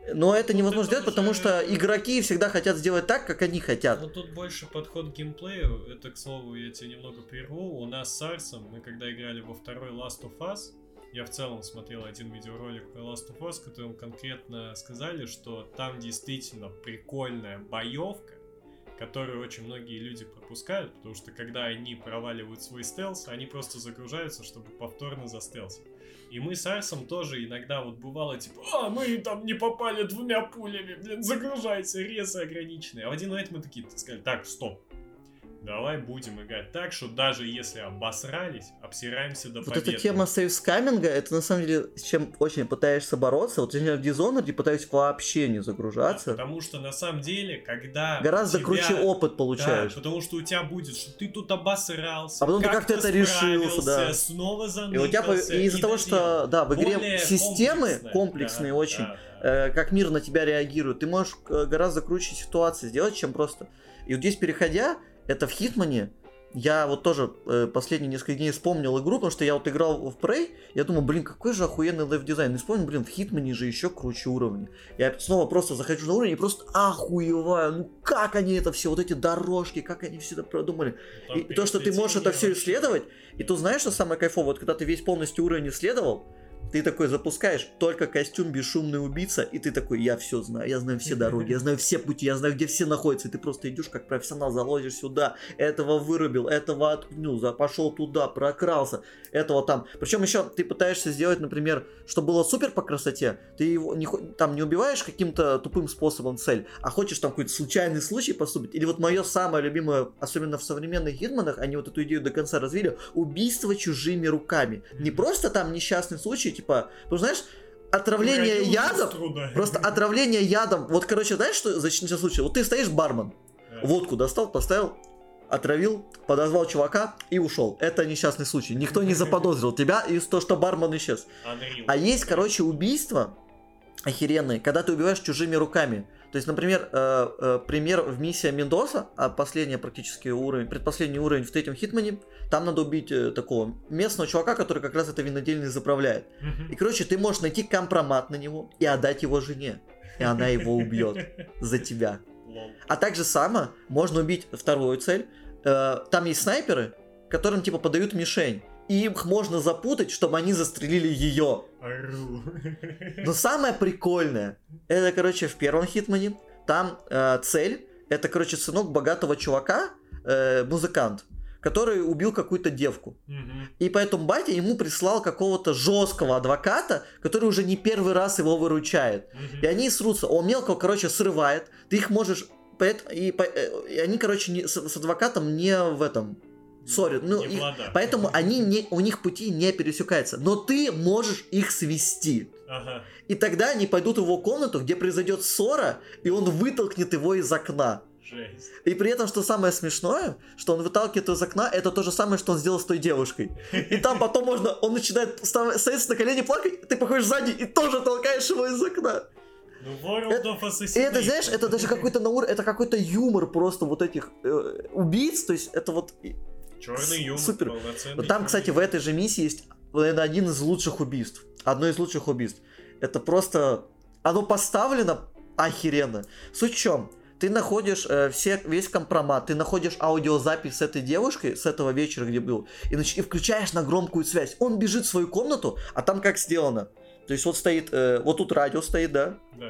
Но это Ну, невозможно это сделать, потому уже- что игроки всегда хотят сделать так, как они хотят. Ну тут больше подход к геймплею. Это, к слову, я тебе немного прерву. У нас с Арсом, мы когда играли во второй Last of Us, я в целом смотрел один видеоролик про Last of Us, в котором конкретно сказали, что там действительно прикольная боевка, которую очень многие люди пропускают, потому что когда они проваливают свой стелс, они просто загружаются, чтобы повторно застелсить. И мы с Арсом тоже иногда вот бывало типа, а, мы там не попали двумя пулями, блин, загружайся, резы ограниченные. А в один момент мы такие сказали, так, стоп, давай будем играть так, что даже если обосрались, обсираемся до Вот победы. эта тема сейвскаминга, это на самом деле с чем очень пытаешься бороться. Вот я в Dishonored пытаюсь вообще не загружаться. Да, потому что на самом деле, когда Гораздо у тебя... круче опыт получаешь. Да, потому что у тебя будет, что ты тут обосрался, А потом ты как-то как-то это решился, да. снова И, заныкался. у тебя, по- и из-за того, что да, в игре Более системы комплексная. комплексные Да, очень, да, да. э, как мир на тебя реагирует, ты можешь э, гораздо круче ситуации сделать, чем просто. И вот здесь переходя, это в Хитмане. Я вот тоже э, последние несколько дней вспомнил игру, потому что я вот играл в Prey, я думаю, блин, какой же охуенный лев-дизайн. И вспомнил, блин, в Хитмане же еще круче уровни. Я снова просто захожу на уровень и просто охуеваю, ну как они это все, вот эти дорожки, как они все это продумали. Там И, и то, что ты можешь это все вообще. исследовать, и ты знаешь, что самое кайфовое, вот когда ты весь полностью уровень исследовал, ты такой запускаешь только костюм бесшумный убийца, и ты такой, я все знаю, я знаю все дороги, я знаю все пути, я знаю, где все находятся, и ты просто идешь как профессионал, залазишь сюда, этого вырубил, этого отпнул, пошел туда, прокрался, этого там. Причем еще ты пытаешься сделать, например, что было супер по красоте, ты его не, там не убиваешь каким-то тупым способом цель, а хочешь там какой-то случайный случай поступить. Или вот мое самое любимое, особенно в современных хитманах, они вот эту идею до конца развили, убийство чужими руками. Не просто там несчастный случай, типа, ну знаешь, отравление Угодил ядом, сестру, да. просто отравление ядом. Вот, короче, знаешь, что зачем случай? Вот ты стоишь бармен, Да. водку достал, поставил, отравил, подозвал чувака и ушел. Это несчастный случай. Никто не заподозрил тебя из того, что бармен исчез. Unreal. А есть, короче, убийства охеренные, когда ты убиваешь чужими руками. То есть, например, э, э, пример в миссии Мендоса, а последний практически уровень, предпоследний уровень в третьем Хитмане, там надо убить э, такого местного чувака, который как раз это винодельня заправляет. Мгм. И, короче, ты можешь найти компромат на него и отдать его жене. И она его убьет за тебя. Лол. А также само можно убить вторую цель. Э, Там есть снайперы, которым типа подают мишень. И их можно запутать, чтобы они застрелили ее. Ору. Но самое прикольное, это, короче, в первом Хитмане. Там э, цель, это, короче, сынок богатого чувака, э, музыкант, который убил какую-то девку. Мгм. И поэтому батя ему прислал какого-то жесткого адвоката, который уже не первый раз его выручает. Мгм. И они срутся. Он мелкого, короче, срывает. Ты их можешь... поэт- И, по- э, и они, короче, не- с, с адвокатом не в этом... Сори, ну, Не и- в ладах. поэтому они не, у них пути не пересекаются. Но ты можешь их свести. Ага. И тогда они пойдут в его комнату, где произойдет ссора, и он вытолкнет его из окна. Жесть. И при этом, что самое смешное, что он выталкивает из окна, это то же самое, что он сделал с той девушкой. И там потом можно, он начинает став- садиться на колени, плакать, ты походишь сзади и тоже толкаешь его из окна. Ну, World Это- of Assassination. И это, знаешь, это даже какой-то на ур- это какой-то юмор просто вот этих э, убийц, то есть это вот... Черный юмор. Супер. полноценный Вот там, черный кстати, в юмор. этой же миссии есть, наверное, один из лучших убийств. Одно из лучших убийств. Это просто... Оно поставлено охеренно. Суть в чем? Ты находишь э, все, весь компромат, ты находишь аудиозапись с этой девушкой, с этого вечера, где был, и, нач- и включаешь на громкую связь. Он бежит в свою комнату, а там как сделано. То есть вот стоит, э, вот тут радио стоит, да? Да.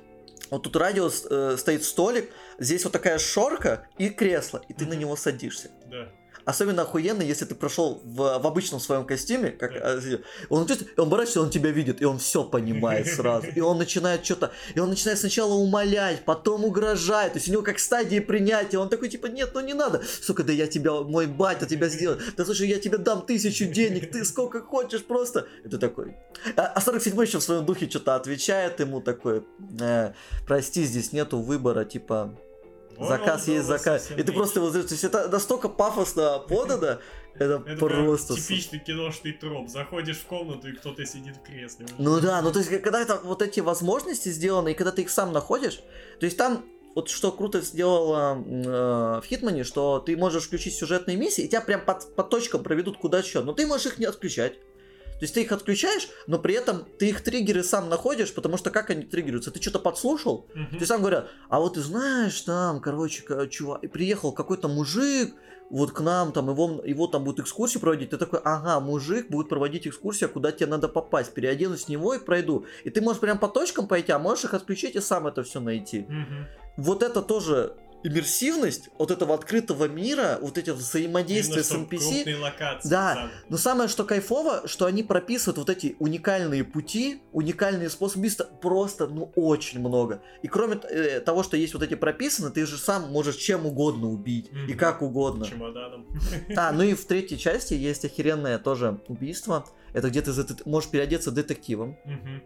Вот тут радио э, стоит столик, здесь вот такая шорка и кресло, и ты на него садишься. Да. Особенно охуенно, если ты прошел в, в обычном своем костюме, как Да. а, сидит. Он, чувствует, он оборачивается, он тебя видит, и он все понимает сразу. И он начинает что-то, и он начинает сначала умолять, потом угрожать. То есть у него как стадии принятия. Он такой типа, нет, ну не надо. Сука, да я тебя, мой батя тебя сделает. Да слушай, я тебе дам тысячу денег, ты сколько хочешь просто. И ты такой. А, а сорок седьмой еще в своем духе что-то отвечает ему такой, э, прости, здесь нету выбора, типа... Заказ World есть of заказ. И ты Assassination. просто вот, то есть это настолько пафосно подано, это Это просто... прям су- типичный киношный троп. Заходишь в комнату, и кто-то сидит в кресле. Ну да, ну то есть когда это вот эти возможности сделаны, и когда ты их сам находишь, то есть там вот что круто сделала м, э, в Хитмане, что ты можешь включить сюжетные миссии, и тебя прям по, по точкам проведут куда что, но ты можешь их не отключать. То есть ты их отключаешь, но при этом ты их триггеры сам находишь, потому что как они триггерятся? Ты что-то подслушал, Мгм. ты сам говорят, а вот ты знаешь, там, короче, ка- чувак, и приехал какой-то мужик, вот к нам, там, его, его там будут экскурсии проводить, ты такой, ага, мужик будет проводить экскурсию, куда тебе надо попасть, переоденусь в него и пройду. И ты можешь прям по точкам пойти, а можешь их отключить и сам это все найти. Мгм. Вот это тоже иммерсивность вот этого открытого мира, вот эти взаимодействия Именно с что эн пи си. крупные локации. Да, сам. но самое что кайфово, что они прописывают вот эти уникальные пути, уникальные способы убийства, просто, ну, очень много. И кроме э, того, что есть вот эти прописаны, ты же сам можешь чем угодно убить, и Мгм. как угодно. Чемоданом. А, ну и в третьей части есть охеренное тоже убийство. Это где ты за- ты можешь переодеться детективом. Мгм.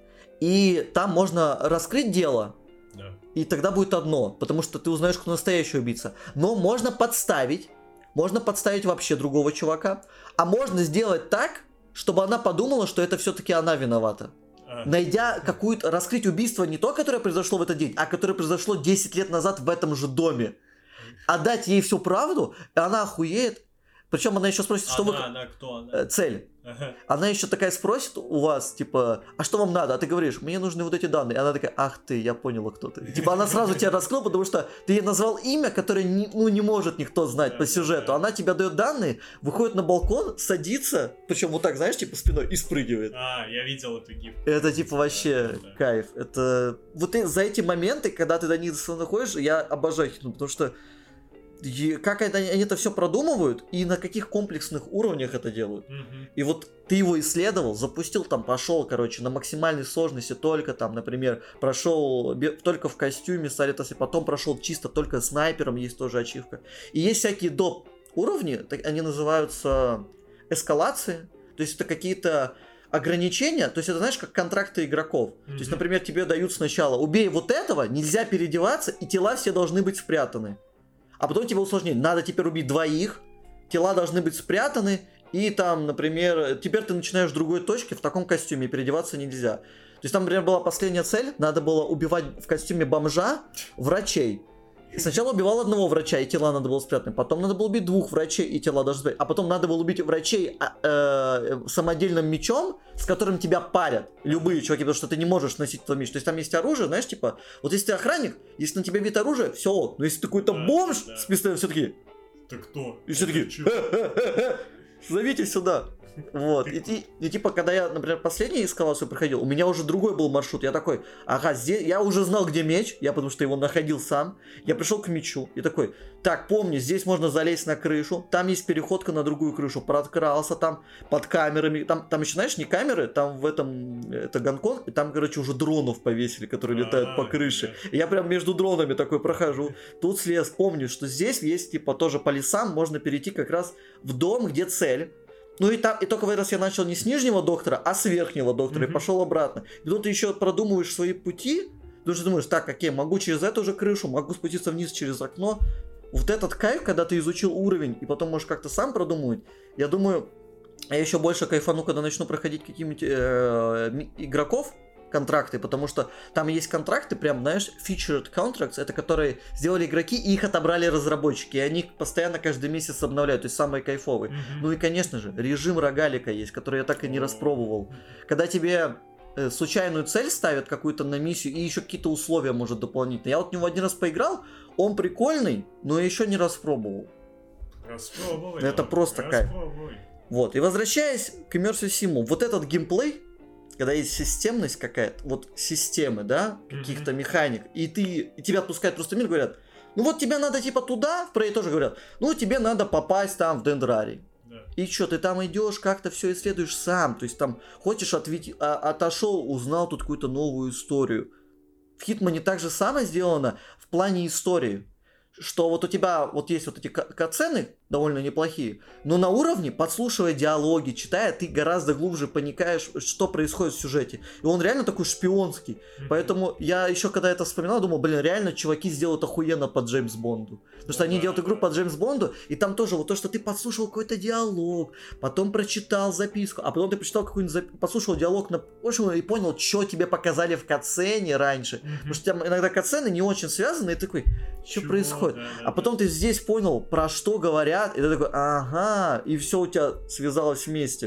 И там можно раскрыть дело, Да. и тогда будет одно, потому что ты узнаешь, кто настоящий убийца. Но можно подставить, можно подставить вообще другого чувака, а можно сделать так, чтобы она подумала, что это все-таки она виновата. А, Найдя какую-то, раскрыть убийство не то, которое произошло в этот день, а которое произошло десять лет назад в этом же доме. Отдать ей всю правду, и она охуеет. Причем она еще спросит, что она, вы... она кто она? э, Цель. Ага. Она еще такая спросит у вас, типа, а что вам надо? А ты говоришь, мне нужны вот эти данные. И она такая, ах ты, я поняла, кто ты. Типа, она сразу тебя раскрыла, потому что ты ей назвал имя, которое не, ну, не может никто знать Да, по да, сюжету. да. Она тебе дает данные, выходит на балкон, садится, причем вот так, знаешь, типа спиной и спрыгивает. А, я видел эту гифку. Это типа вообще Да, да, да. кайф. Это вот и за эти моменты, когда ты до них находишь, я обожаю Хитман, потому что и как это, они это все продумывают и на каких комплексных уровнях это делают. Мгм. И вот ты его исследовал, запустил там, пошел, короче, на максимальной сложности только там, например, прошел бе- только в костюме, Саритас, и потом прошел чисто только снайпером, есть тоже ачивка. И есть всякие доп. Уровни, так- они называются эскалации, то есть это какие-то ограничения, то есть это, знаешь, как контракты игроков. То есть, Мгм. например, тебе дают сначала, убей вот этого, нельзя переодеваться, и тела все должны быть спрятаны. А потом тебе усложнение, надо теперь убить двоих, тела должны быть спрятаны, и там, например, теперь ты начинаешь в другой точке, в таком костюме, и переодеваться нельзя. То есть там, например, была последняя цель, надо было убивать в костюме бомжа врачей. И сначала убивал одного врача, и тела надо было спрятать. Потом надо было убить двух врачей, и тела должны спрятать. А потом надо было убить врачей а, э, самодельным мечом, с которым тебя парят. Любые чуваки, потому что ты не можешь носить твой меч. То есть там есть оружие, знаешь, типа, вот если ты охранник, если на тебя вид оружия, все ок. Но если ты какой-то Да, бомж да. с пистолетом, все такие, Ты кто? и все такие, Чё? «Э-э-э-э, зовите сюда. Вот, и, и- и типа, когда я, например, последний эскалацию проходил, у меня уже другой был маршрут, я такой, ага, здесь, я уже знал, где меч, я потому что его находил сам, я пришел к мечу, и такой, так, помни, здесь можно залезть на крышу, там есть переходка на другую крышу, проткрался там, под камерами, там, там еще, знаешь, не камеры, там в этом, это Гонконг, и там, короче, уже дронов повесили, которые летают по А, крыше, да. и я прям между дронами такой прохожу, тут слез, помню, что здесь есть, типа, тоже по лесам, можно перейти как раз в дом, где цель. Ну и, там, и только в этот раз я начал не с нижнего доктора, а с верхнего доктора, Мгм. и пошел обратно. И потом ты еще продумываешь свои пути, потому что думаешь, так, окей, могу через эту же крышу, могу спуститься вниз через окно. Вот этот кайф, когда ты изучил уровень, и потом можешь как-то сам продумывать, я думаю, я еще больше кайфану, когда начну проходить каких-нибудь э, ми- игроков, контракты, потому что там есть контракты, прям, знаешь, featured contracts, это которые сделали игроки, и их отобрали разработчики, и они их постоянно каждый месяц обновляют, то есть самые кайфовые. Мгм. Ну и, конечно же, режим рогалика есть, который я так и не О. распробовал. Когда тебе э, случайную цель ставят какую-то на миссию, и еще какие-то условия, может, дополнительные. Я вот в него один раз поиграл, он прикольный, но я еще не распробовал. Распробуй. Это просто кайф. Распробуй. Вот, и возвращаясь к Immersive Sim, вот этот геймплей, когда есть системность какая-то, вот системы, да, каких-то механик, и ты, и тебя отпускают просто мир, говорят, ну вот тебе надо типа туда, в Prey тоже говорят, ну тебе надо попасть там в Дендрарий. Да. И что, ты там идешь, как-то все исследуешь сам, то есть там хочешь ответить, а, отошел, узнал тут какую-то новую историю. В Хитмане так же самое сделано в плане истории, что вот у тебя вот есть вот эти катсцены довольно неплохие, но на уровне, подслушивая диалоги, читая, ты гораздо глубже поникаешь, что происходит в сюжете. И он реально такой шпионский. Мгм. Поэтому я еще когда это вспоминал, думал, блин, реально чуваки сделают охуенно по Джеймс Бонду. Потому что Ну они да, делают игру да. по Джеймс Бонду, и там тоже вот то, что ты подслушал какой-то диалог, потом прочитал записку, а потом ты прочитал какую-нибудь, зап... послушал диалог на... В общем, и понял, что тебе показали в катсцене раньше. Мгм. Потому что там иногда катсцены не очень связаны, и ты такой, что Чего? происходит? Да, да, А потом ты здесь понял, про что говорят, и ты такой, ага, и все у тебя связалось вместе.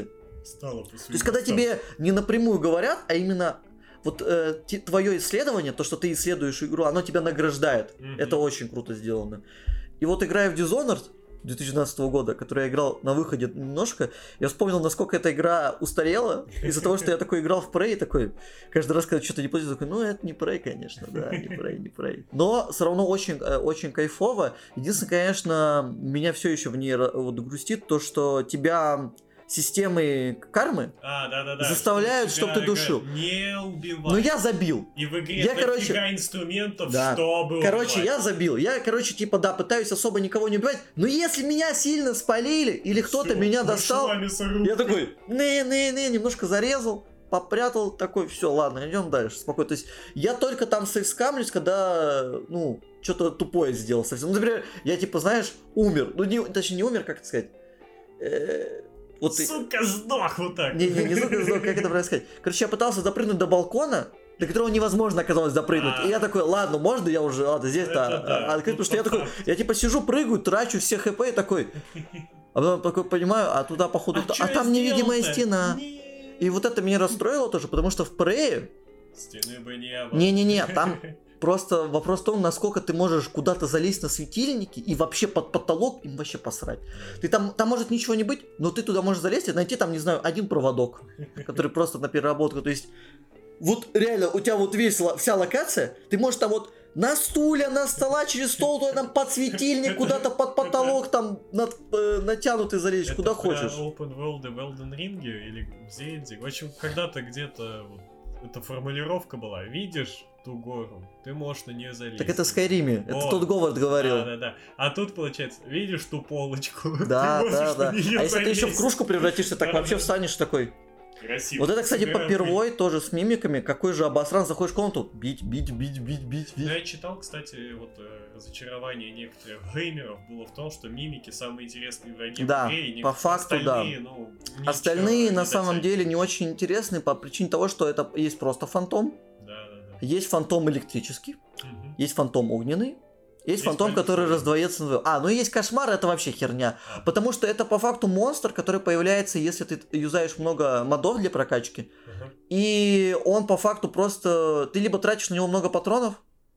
Стало по То есть, когда тебе не напрямую говорят, а именно вот э, те, твое исследование, то, что ты исследуешь игру, оно тебя награждает. Mm-hmm. Это очень круто сделано. И вот играя в Dishonored две тысячи двенадцатого года, который я играл на выходе немножко, я вспомнил, насколько эта игра устарела, из-за того, что я такой играл в Prey, такой, каждый раз, когда что-то не получится, такой, ну, это не Prey, конечно, да, не Prey, не Prey. Но все равно очень, очень кайфово. Единственное, конечно, меня все еще в ней вот грустит то, что тебя... системы кармы а, да, да, да. заставляют, чтобы ты душил. Не убивай. Но я забил. И в игре я, короче, инструментов, да. чтобы Короче, убивать. я забил. Я, короче, типа, да, пытаюсь особо никого не убивать. Но если меня сильно спалили, или кто-то Всё, меня достал, я такой, не-не-не, немножко зарезал, попрятал, такой, все, ладно, идем дальше, спокойно. То есть, я только там сейвскамлюсь, когда, ну, что-то тупое сделал совсем. Ну, например, я, типа, знаешь, умер. Ну, не, точнее, не умер, как это сказать. Э-э- Вот сука, ты... сдох вот так. Не, не, не сука, сдох, как это происходит? Короче, я пытался запрыгнуть до балкона, до которого невозможно оказалось запрыгнуть. А-а-а. И я такой, ладно, можно я уже, ладно, здесь-то да. открыть, потому что я такой, я типа сижу, прыгаю, трачу все хп и такой, а потом такой понимаю, а туда походу, а, а там невидимая стена. Не... И вот это меня расстроило тоже, потому что в Prey... Стены бы не было. Не-не-не, там... Просто вопрос в том, насколько ты можешь куда-то залезть на светильники и вообще под потолок им вообще посрать. Ты там, там может ничего не быть, но ты туда можешь залезть и найти там, не знаю, один проводок, который просто на переработку. То есть, вот реально, у тебя вот весь, вся локация, ты можешь там вот на стуле, на стола, через стол, то там под светильник, куда-то под потолок там над, э, натянутый залезть, куда хочешь. Это Open World в Elden Ring или в Зельде. В общем, когда-то где-то вот, эта формулировка была. Видишь ту гору, ты можешь на нее залезть. Так это в Скайриме, вот. Это тот Говард говорил. Да, да, да. А тут, получается, видишь ту полочку, да, ты да, да. А залезть. если ты еще в кружку превратишься, так да, вообще да. встанешь такой... Красиво. Вот это, кстати, попервой тоже с мимиками. Какой же обосран, заходишь в комнату, бить, бить, бить, бить, бить, бить. Ну, я читал, кстати, вот э, разочарование некоторых геймеров было в том, что мимики самые интересные враги да, в игре, и по факту, остальные, да. Ну, остальные на не самом деле не очень интересны по причине того, что это есть просто фантом. Да, да, да. Есть фантом электрический, угу. есть фантом огненный. Есть, есть фантом, полиция. который раздвоится на... А, ну есть кошмар, это вообще херня. А. Потому что это по факту монстр, который появляется, если ты юзаешь много модов для прокачки. Uh-huh. И он по факту просто... Ты либо тратишь на него много патронов,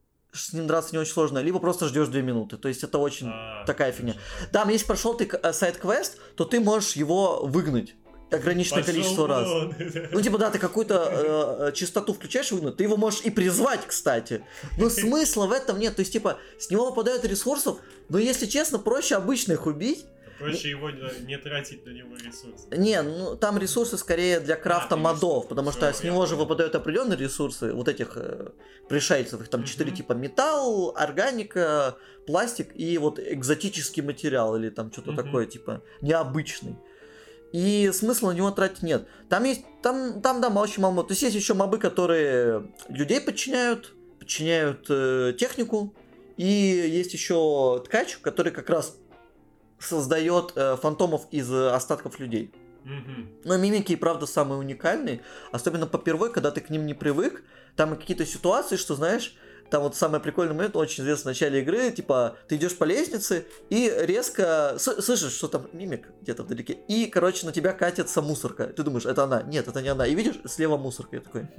с ним драться не очень сложно, либо просто ждешь две минуты. То есть это очень а, такая фигня. Там, если прошел ты сайд-квест, то ты можешь его выгнать. Ограниченное Пошел количество раз. Ну, типа, да, ты какую-то э, частоту включаешь, выгнать, ты его можешь и призвать, кстати. Но смысла в этом нет. То есть, типа, с него выпадают ресурсов, но, если честно, проще обычно их убить. Проще его не тратить на него ресурсы. Не, ну там ресурсы скорее для крафта а, модов, потому что с него же выпадают определенные ресурсы, вот этих э, пришельцев, их там четыре типа: металл, органика, пластик и вот экзотический материал, или там что-то такое, типа, необычный. И смысла на него тратить нет. Там есть, там, там да, очень мало. То есть есть еще мобы, которые людей подчиняют, подчиняют э, технику. И есть еще ткач, который как раз создает э, фантомов из э, остатков людей. Mm-hmm. Но мимики и правда самые уникальные. Особенно попервой, когда ты к ним не привык. Там какие-то ситуации, что знаешь... Там вот самый прикольный момент, очень известный в начале игры, типа, ты идешь по лестнице и резко с- слышишь, что там мимик где-то вдалеке, и, короче, на тебя катится мусорка. Ты думаешь, это она? Нет, это не она. И видишь, слева мусорка. Я такой...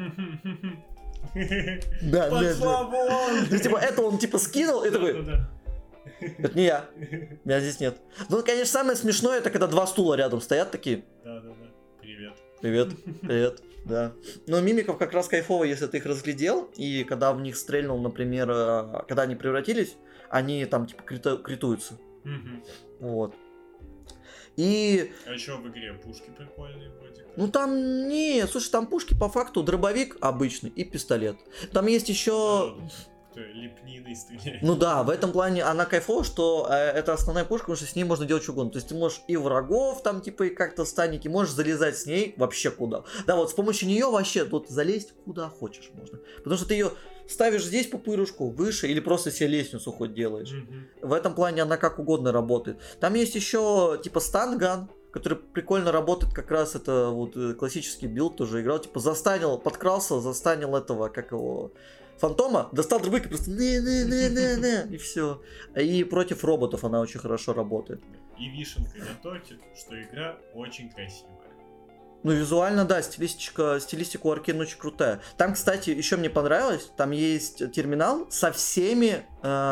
Да, да, да. Ну, типа, это он, типа, скинул, и такой... Это не я. Меня здесь нет. Ну, конечно, самое смешное, это когда два стула рядом стоят такие. Да-да-да. Привет. Привет, привет. Да. Но мимиков как раз кайфово, если ты их разглядел, и когда в них стрельнул, например, когда они превратились, они там типа криту- критуются. Mm-hmm. Вот. И... А еще в игре пушки прикольные вроде как. Ну там не, слушай, там пушки по факту дробовик обычный и пистолет. Там есть еще... Лепниной стреляет. Ну да, в этом плане она кайфова, что э, это основная пушка, потому что с ней можно делать что угодно. То есть ты можешь и врагов там типа и как-то станики, можешь залезать с ней вообще куда. Да, вот с помощью нее вообще тут залезть куда хочешь можно. Потому что ты ее ставишь здесь пупырушку, выше, или просто себе лестницу хоть делаешь. Mm-hmm. В этом плане она как угодно работает. Там есть еще типа станган, который прикольно работает, как раз это вот классический билд, тоже играл, типа застанил, подкрался, застанил этого, как его... Фантома, достал дробовик и просто не-не-не-не-не, и все. И против роботов она очень хорошо работает. И вишенка на торте, что игра очень красивая. Ну, визуально, да, стилистика, стилистика у Аркейн очень крутая. Там, кстати, еще мне понравилось, там есть терминал со всеми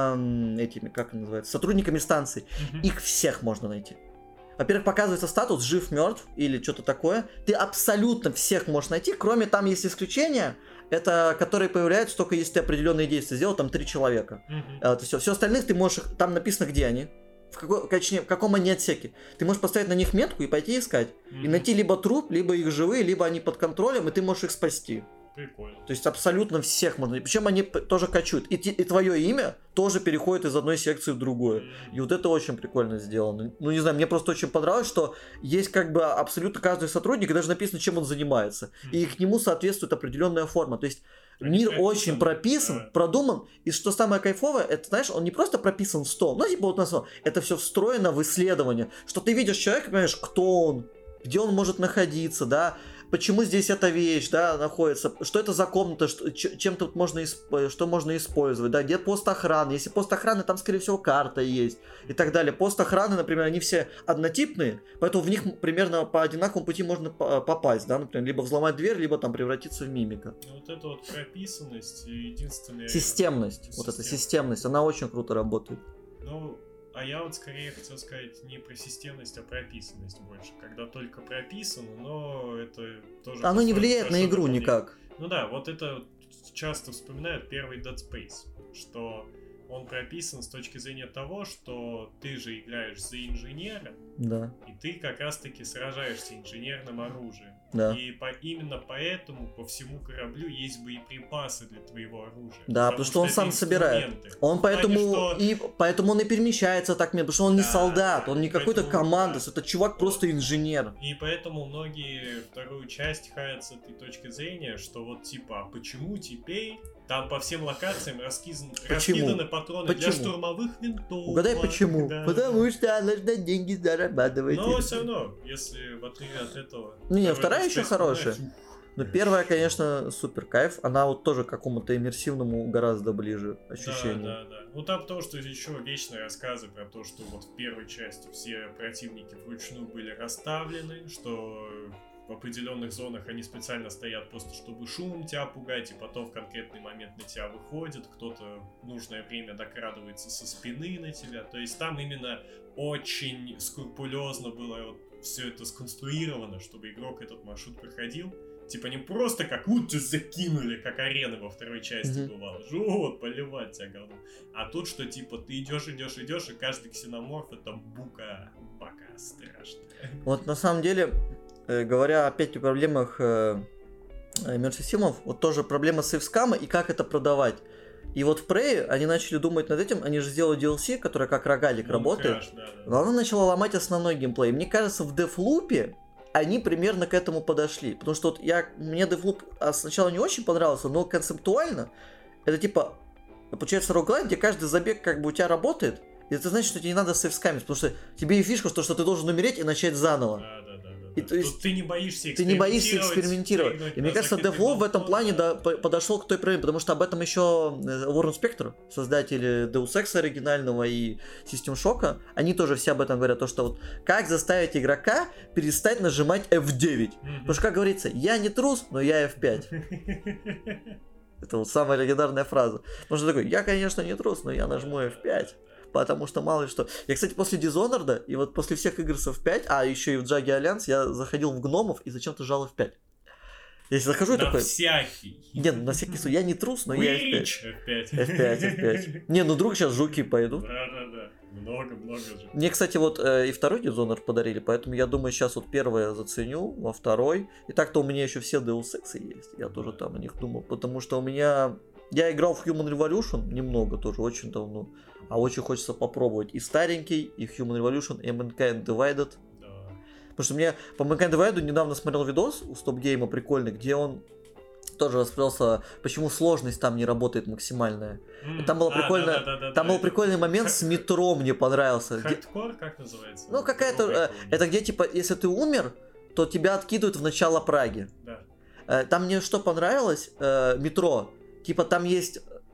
эм, этими, как это называется, сотрудниками станций. Mm-hmm. Их всех можно найти. Во-первых, показывается статус жив-мертв или что-то такое. Ты абсолютно всех можешь найти, кроме там есть исключения, это которые появляются только если ты определенные действия сделал, там три человека. Mm-hmm. Это все. Все остальных ты можешь, там написано, где они. В, какой, точнее, в каком они отсеке. Ты можешь поставить на них метку и пойти искать. Mm-hmm. И найти либо труп, либо их живые, либо они под контролем, и ты можешь их спасти. Прикольно. То есть абсолютно всех можно. Причем они тоже качают. И, и твое имя тоже переходит из одной секции в другую. Mm-hmm. И вот это очень прикольно сделано. Ну, не знаю, мне просто очень понравилось, что есть как бы абсолютно каждый сотрудник, и даже написано, чем он занимается. Mm-hmm. И к нему соответствует определенная форма. То есть Они мир прописан, очень прописан, да. продуман. И что самое кайфовое, это, знаешь, он не просто прописан в стол. Ну, типа вот на стол. Это все встроено в исследование. Что ты видишь человека, понимаешь, кто он, где он может находиться, да, почему здесь эта вещь, да, находится, что это за комната, что, чем тут можно, исп- что можно использовать, да, где пост охраны, если пост охраны, там, скорее всего, карта есть и так далее. Пост охраны, например, они все однотипные, поэтому в них примерно по одинаковому пути можно попасть, да, например, либо взломать дверь, либо там превратиться в мимика. Вот это вот прописанность и единственная... Системность, системность, вот эта системность, она очень круто работает. Ну... А я вот скорее хотел сказать не про системность, а прописанность больше. Когда только прописано, но это тоже... Оно не влияет на игру дополнение. Никак. Ну да, вот это часто вспоминают первый Dead Space, что он прописан с точки зрения того, что ты же играешь за инженера, да. и ты как раз-таки сражаешься инженерным оружием. Да. И по, именно поэтому по всему кораблю есть боеприпасы для твоего оружия. Да, потому, потому что, что он сам собирает. Он поэтому, плане, что... и, поэтому он и перемещается так медленно, потому что он да, не солдат, он не какой-то командос, да. Это чувак вот. Просто инженер. И поэтому многие вторую часть хаят с этой точки зрения, что вот типа, а почему теперь там по всем локациям раскидан, раскиданы патроны почему? Для штурмовых винтовок. Угадай почему? Да. Потому что нужно деньги зарабатывать. Но все равно, если в отрыве от этого... Не, не, вторая еще хорошая. Но первая, конечно, супер кайф. Она вот тоже к какому-то иммерсивному гораздо ближе ощущению. Да, да, да. Ну там потому что еще вечные рассказы про то, что вот в первой части все противники вручную были расставлены, что в определенных зонах они специально стоят просто, чтобы шумом тебя пугать, и потом в конкретный момент на тебя выходит, кто-то в нужное время докрадывается со спины на тебя. То есть там именно очень скрупулезно было вот все это сконструировано, чтобы игрок этот маршрут проходил. Типа не просто как лучше закинули, как арены во второй части mm-hmm. бывало. Вот, поливать тебя говно. А тут что, типа, ты идешь, идешь, идешь, и каждый ксеноморф это бука, бака страшная. Вот на самом деле, э, говоря опять о проблемах э, Immersive Sim'ов, вот тоже проблема сейвскама и как это продавать. И вот в Prey они начали думать над этим, они же сделали ди эл си, которое как рогалик ну, работает, краш, да, да. Но она начала ломать основной геймплей. Мне кажется, в Deathloop они примерно к этому подошли. Потому что вот я, мне Deathloop сначала не очень понравился, но концептуально это типа, получается, рогалайк, где каждый забег как бы у тебя работает, и это значит, что тебе не надо сейвскамить, потому что тебе и фишка, что, что ты должен умереть и начать заново. Да, да, да. И, то есть, ты не боишься экспериментировать. Ты не боишься экспериментировать. И мне кажется, Deathloop в этом плане да, подошел к той проблеме, потому что об этом еще Warren Spector, создатели Deus Ex оригинального и System Shock, они тоже все об этом говорят, то что вот как заставить игрока перестать нажимать эф девять. Mm-hmm. Потому что, как говорится, я не трус, но я эф пять. Это вот самая легендарная фраза. Потому что такой, я, конечно, не трус, но я нажму эф пять. Потому что мало ли что. Я, кстати, после Dishonored и вот после всех игр с эф пять, а еще и в Джаги Альянс, я заходил в гномов и зачем-то жал эф пять. Если захожу, на такой... всякий. Нет, на всякий случай. Я не трус, но я эф пять. эф пять. эф пять, эф пять. Не, ну вдруг сейчас жуки пойдут. Да-да-да. Много-много же. Мне, кстати, вот э, и второй Dishonored подарили, поэтому я думаю, сейчас вот первое заценю, во второй. И так-то у меня еще все Deus Ex есть. Я тоже там о них думал. Потому что у меня... Я играл в Human Revolution немного тоже, очень давно. А очень хочется попробовать и старенький, и Human Revolution, и Mankind Divided. Да. Потому что мне по Mankind Divided недавно смотрел видос у Stop Game прикольный, где он тоже рассказался, почему сложность там не работает максимальная. Mm. Там, было а, прикольно... да, да, да, там да, был да, прикольный это... момент с метро, мне понравился. Хардкор, где... как называется? Ну, какая-то... Э, это где, типа, если ты умер, то тебя откидывают в начало Праги. Да. Э, там мне что понравилось? Э, метро. Типа, там есть...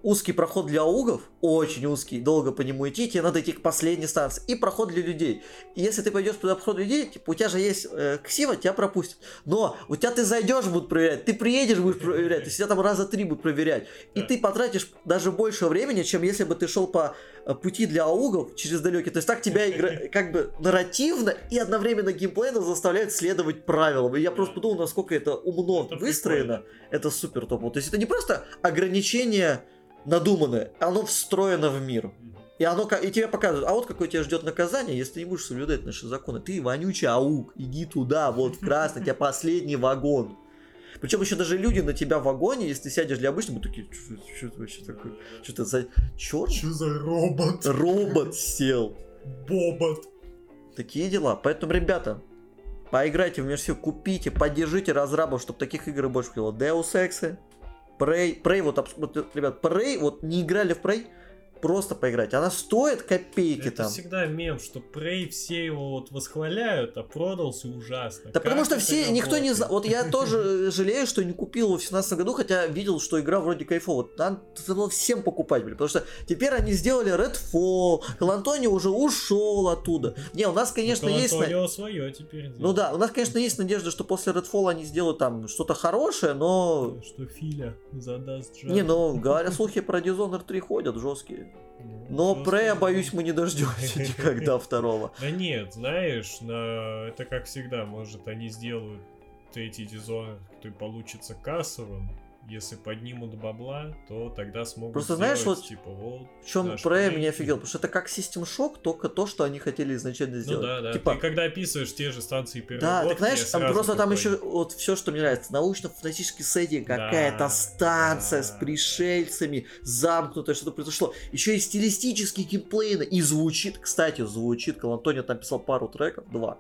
узкий проход для аугов, очень узкий, долго по нему идти, тебе надо идти к последней станции, и проход для людей. И если ты пойдешь туда проход людей, типа, у тебя же есть э, ксива, тебя пропустят. Но у тебя ты зайдешь, будут проверять, ты приедешь, будешь проверять, то есть тебя там раза три будут проверять. И ты потратишь даже больше времени, чем если бы ты шел по э, пути для аугов через далекий. То есть так тебя игра как бы нарративно и одновременно геймплейно заставляют следовать правилам. И я просто подумал, насколько это умно это выстроено. Прикольно. Это супер топово. То есть это не просто ограничение надуманное, оно встроено в мир. И оно и тебе показывают, а вот какое тебя ждет наказание, если ты не будешь соблюдать наши законы. Ты вонючий аук, иди туда, вот в красный, у тебя последний вагон. Причем еще даже люди на тебя в вагоне, если ты сядешь для обычного, такие, что это вообще такое? Что это за черт? Что за робот? Робот сел. Бобот. Такие дела. Поэтому, ребята, поиграйте в Мерсию, купите, поддержите разрабов, чтобы таких игр больше было. Deus Ex, Prey, Prey, вот, вот, ребят, Prey, вот не играли в Prey, просто поиграть. Она стоит копейки это там. Это всегда мем, что Prey все его вот восхваляют, а продался ужасно. Да как потому что все, работает? никто не знал. Вот я тоже жалею, что не купил его в семнадцатом году, хотя видел, что игра вроде кайфовая. Надо было всем покупать, блин, потому что теперь они сделали Redfall, Калантонио уже ушел оттуда. Не, у нас, конечно, ну, есть... Калантонио свое теперь делает. Ну да, у нас, конечно, есть надежда, что после Redfall они сделают там что-то хорошее, но... Что Филя задаст жар. Не, ну, говоря, слухи про Dishonored три ходят жесткие. Но Прея, боюсь, мы не дождемся никогда второго. Да нет, знаешь, на... это как всегда, может они сделают третий Dishonored, который получится кассовым. Если поднимут бабла, то тогда смогут просто сделать, знаешь, вот типа, вот... В чем Прея меня офигел, потому что это как System Shock, только то, что они хотели изначально сделать. Ну да, да, типа... ты когда описываешь те же станции переработки... Да, так знаешь, там просто там такой... еще вот все, что мне нравится, научно-фантастический сеттинг, какая-то да, станция да. с пришельцами, замкнутая, что-то произошло. Еще и стилистический геймплей, и звучит, кстати, звучит, Калантонио там писал пару треков, два.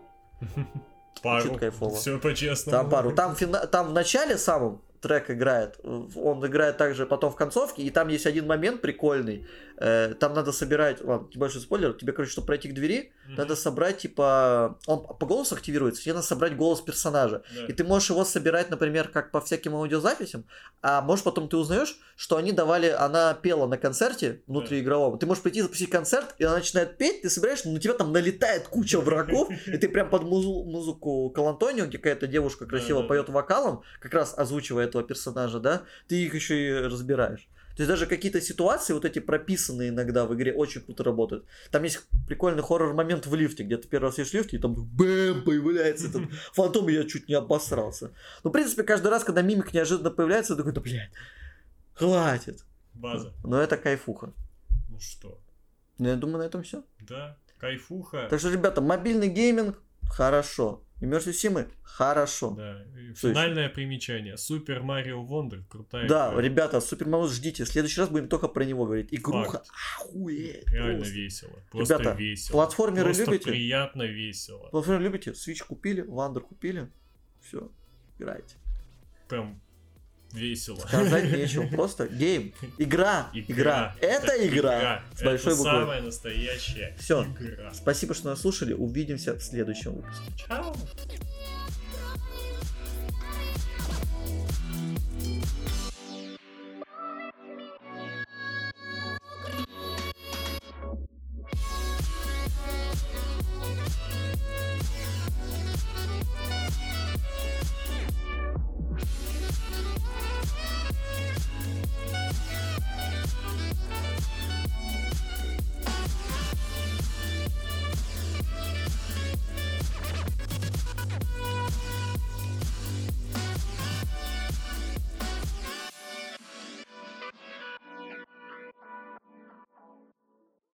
Пару, кайфово. Все по-честному. Там пару, там, фина... там в начале самом трек играет, он играет также потом в концовке, и там есть один момент прикольный, э, там надо собирать, ладно, большой спойлер, тебе, короче, чтобы пройти к двери, mm-hmm. надо собрать, типа, он по голосу активируется, тебе надо собрать голос персонажа, yeah. и ты можешь его собирать, например, как по всяким аудиозаписям, а можешь потом ты узнаешь, что они давали, она пела на концерте внутриигровом, yeah. ты можешь прийти запустить концерт, и она начинает петь, ты собираешь, но на тебя там налетает куча врагов, и ты прям под музыку Калантонио, где какая-то девушка красиво поет вокалом, как раз озвучивая этого персонажа, да, ты их еще и разбираешь. То есть даже какие-то ситуации, вот эти прописанные иногда в игре, очень круто работают. Там есть прикольный хоррор-момент в лифте, где ты первый раз едешь в лифте, и там бэм, появляется этот фантом, и я чуть не обосрался. Ну, в принципе, каждый раз, когда мимик неожиданно появляется, я такой, да, блядь, хватит. База. Но это кайфуха. Ну что? Ну, я думаю, на этом все. Да, кайфуха. Так что, ребята, мобильный гейминг хорошо. Immersive Sim хорошо. Да. Финальное есть... примечание. Супер Марио Вондер крутая. Да, игра. Ребята, Супер Марио ждите. В следующий раз будем только про него говорить. Игруха охуеть. Реально просто. Весело. Просто ребята, весело. Платформеры просто любите? Приятно весело. Платформеры любите? Switch купили, Вандер купили. Все, играйте. Прям весело. Сказать нечего. Просто гейм. Игра. Игра. игра. Это, Это игра. игра. С большой Это буквы. Самая настоящая Все. игра. Спасибо, что нас слушали. Увидимся в следующем выпуске. Чао.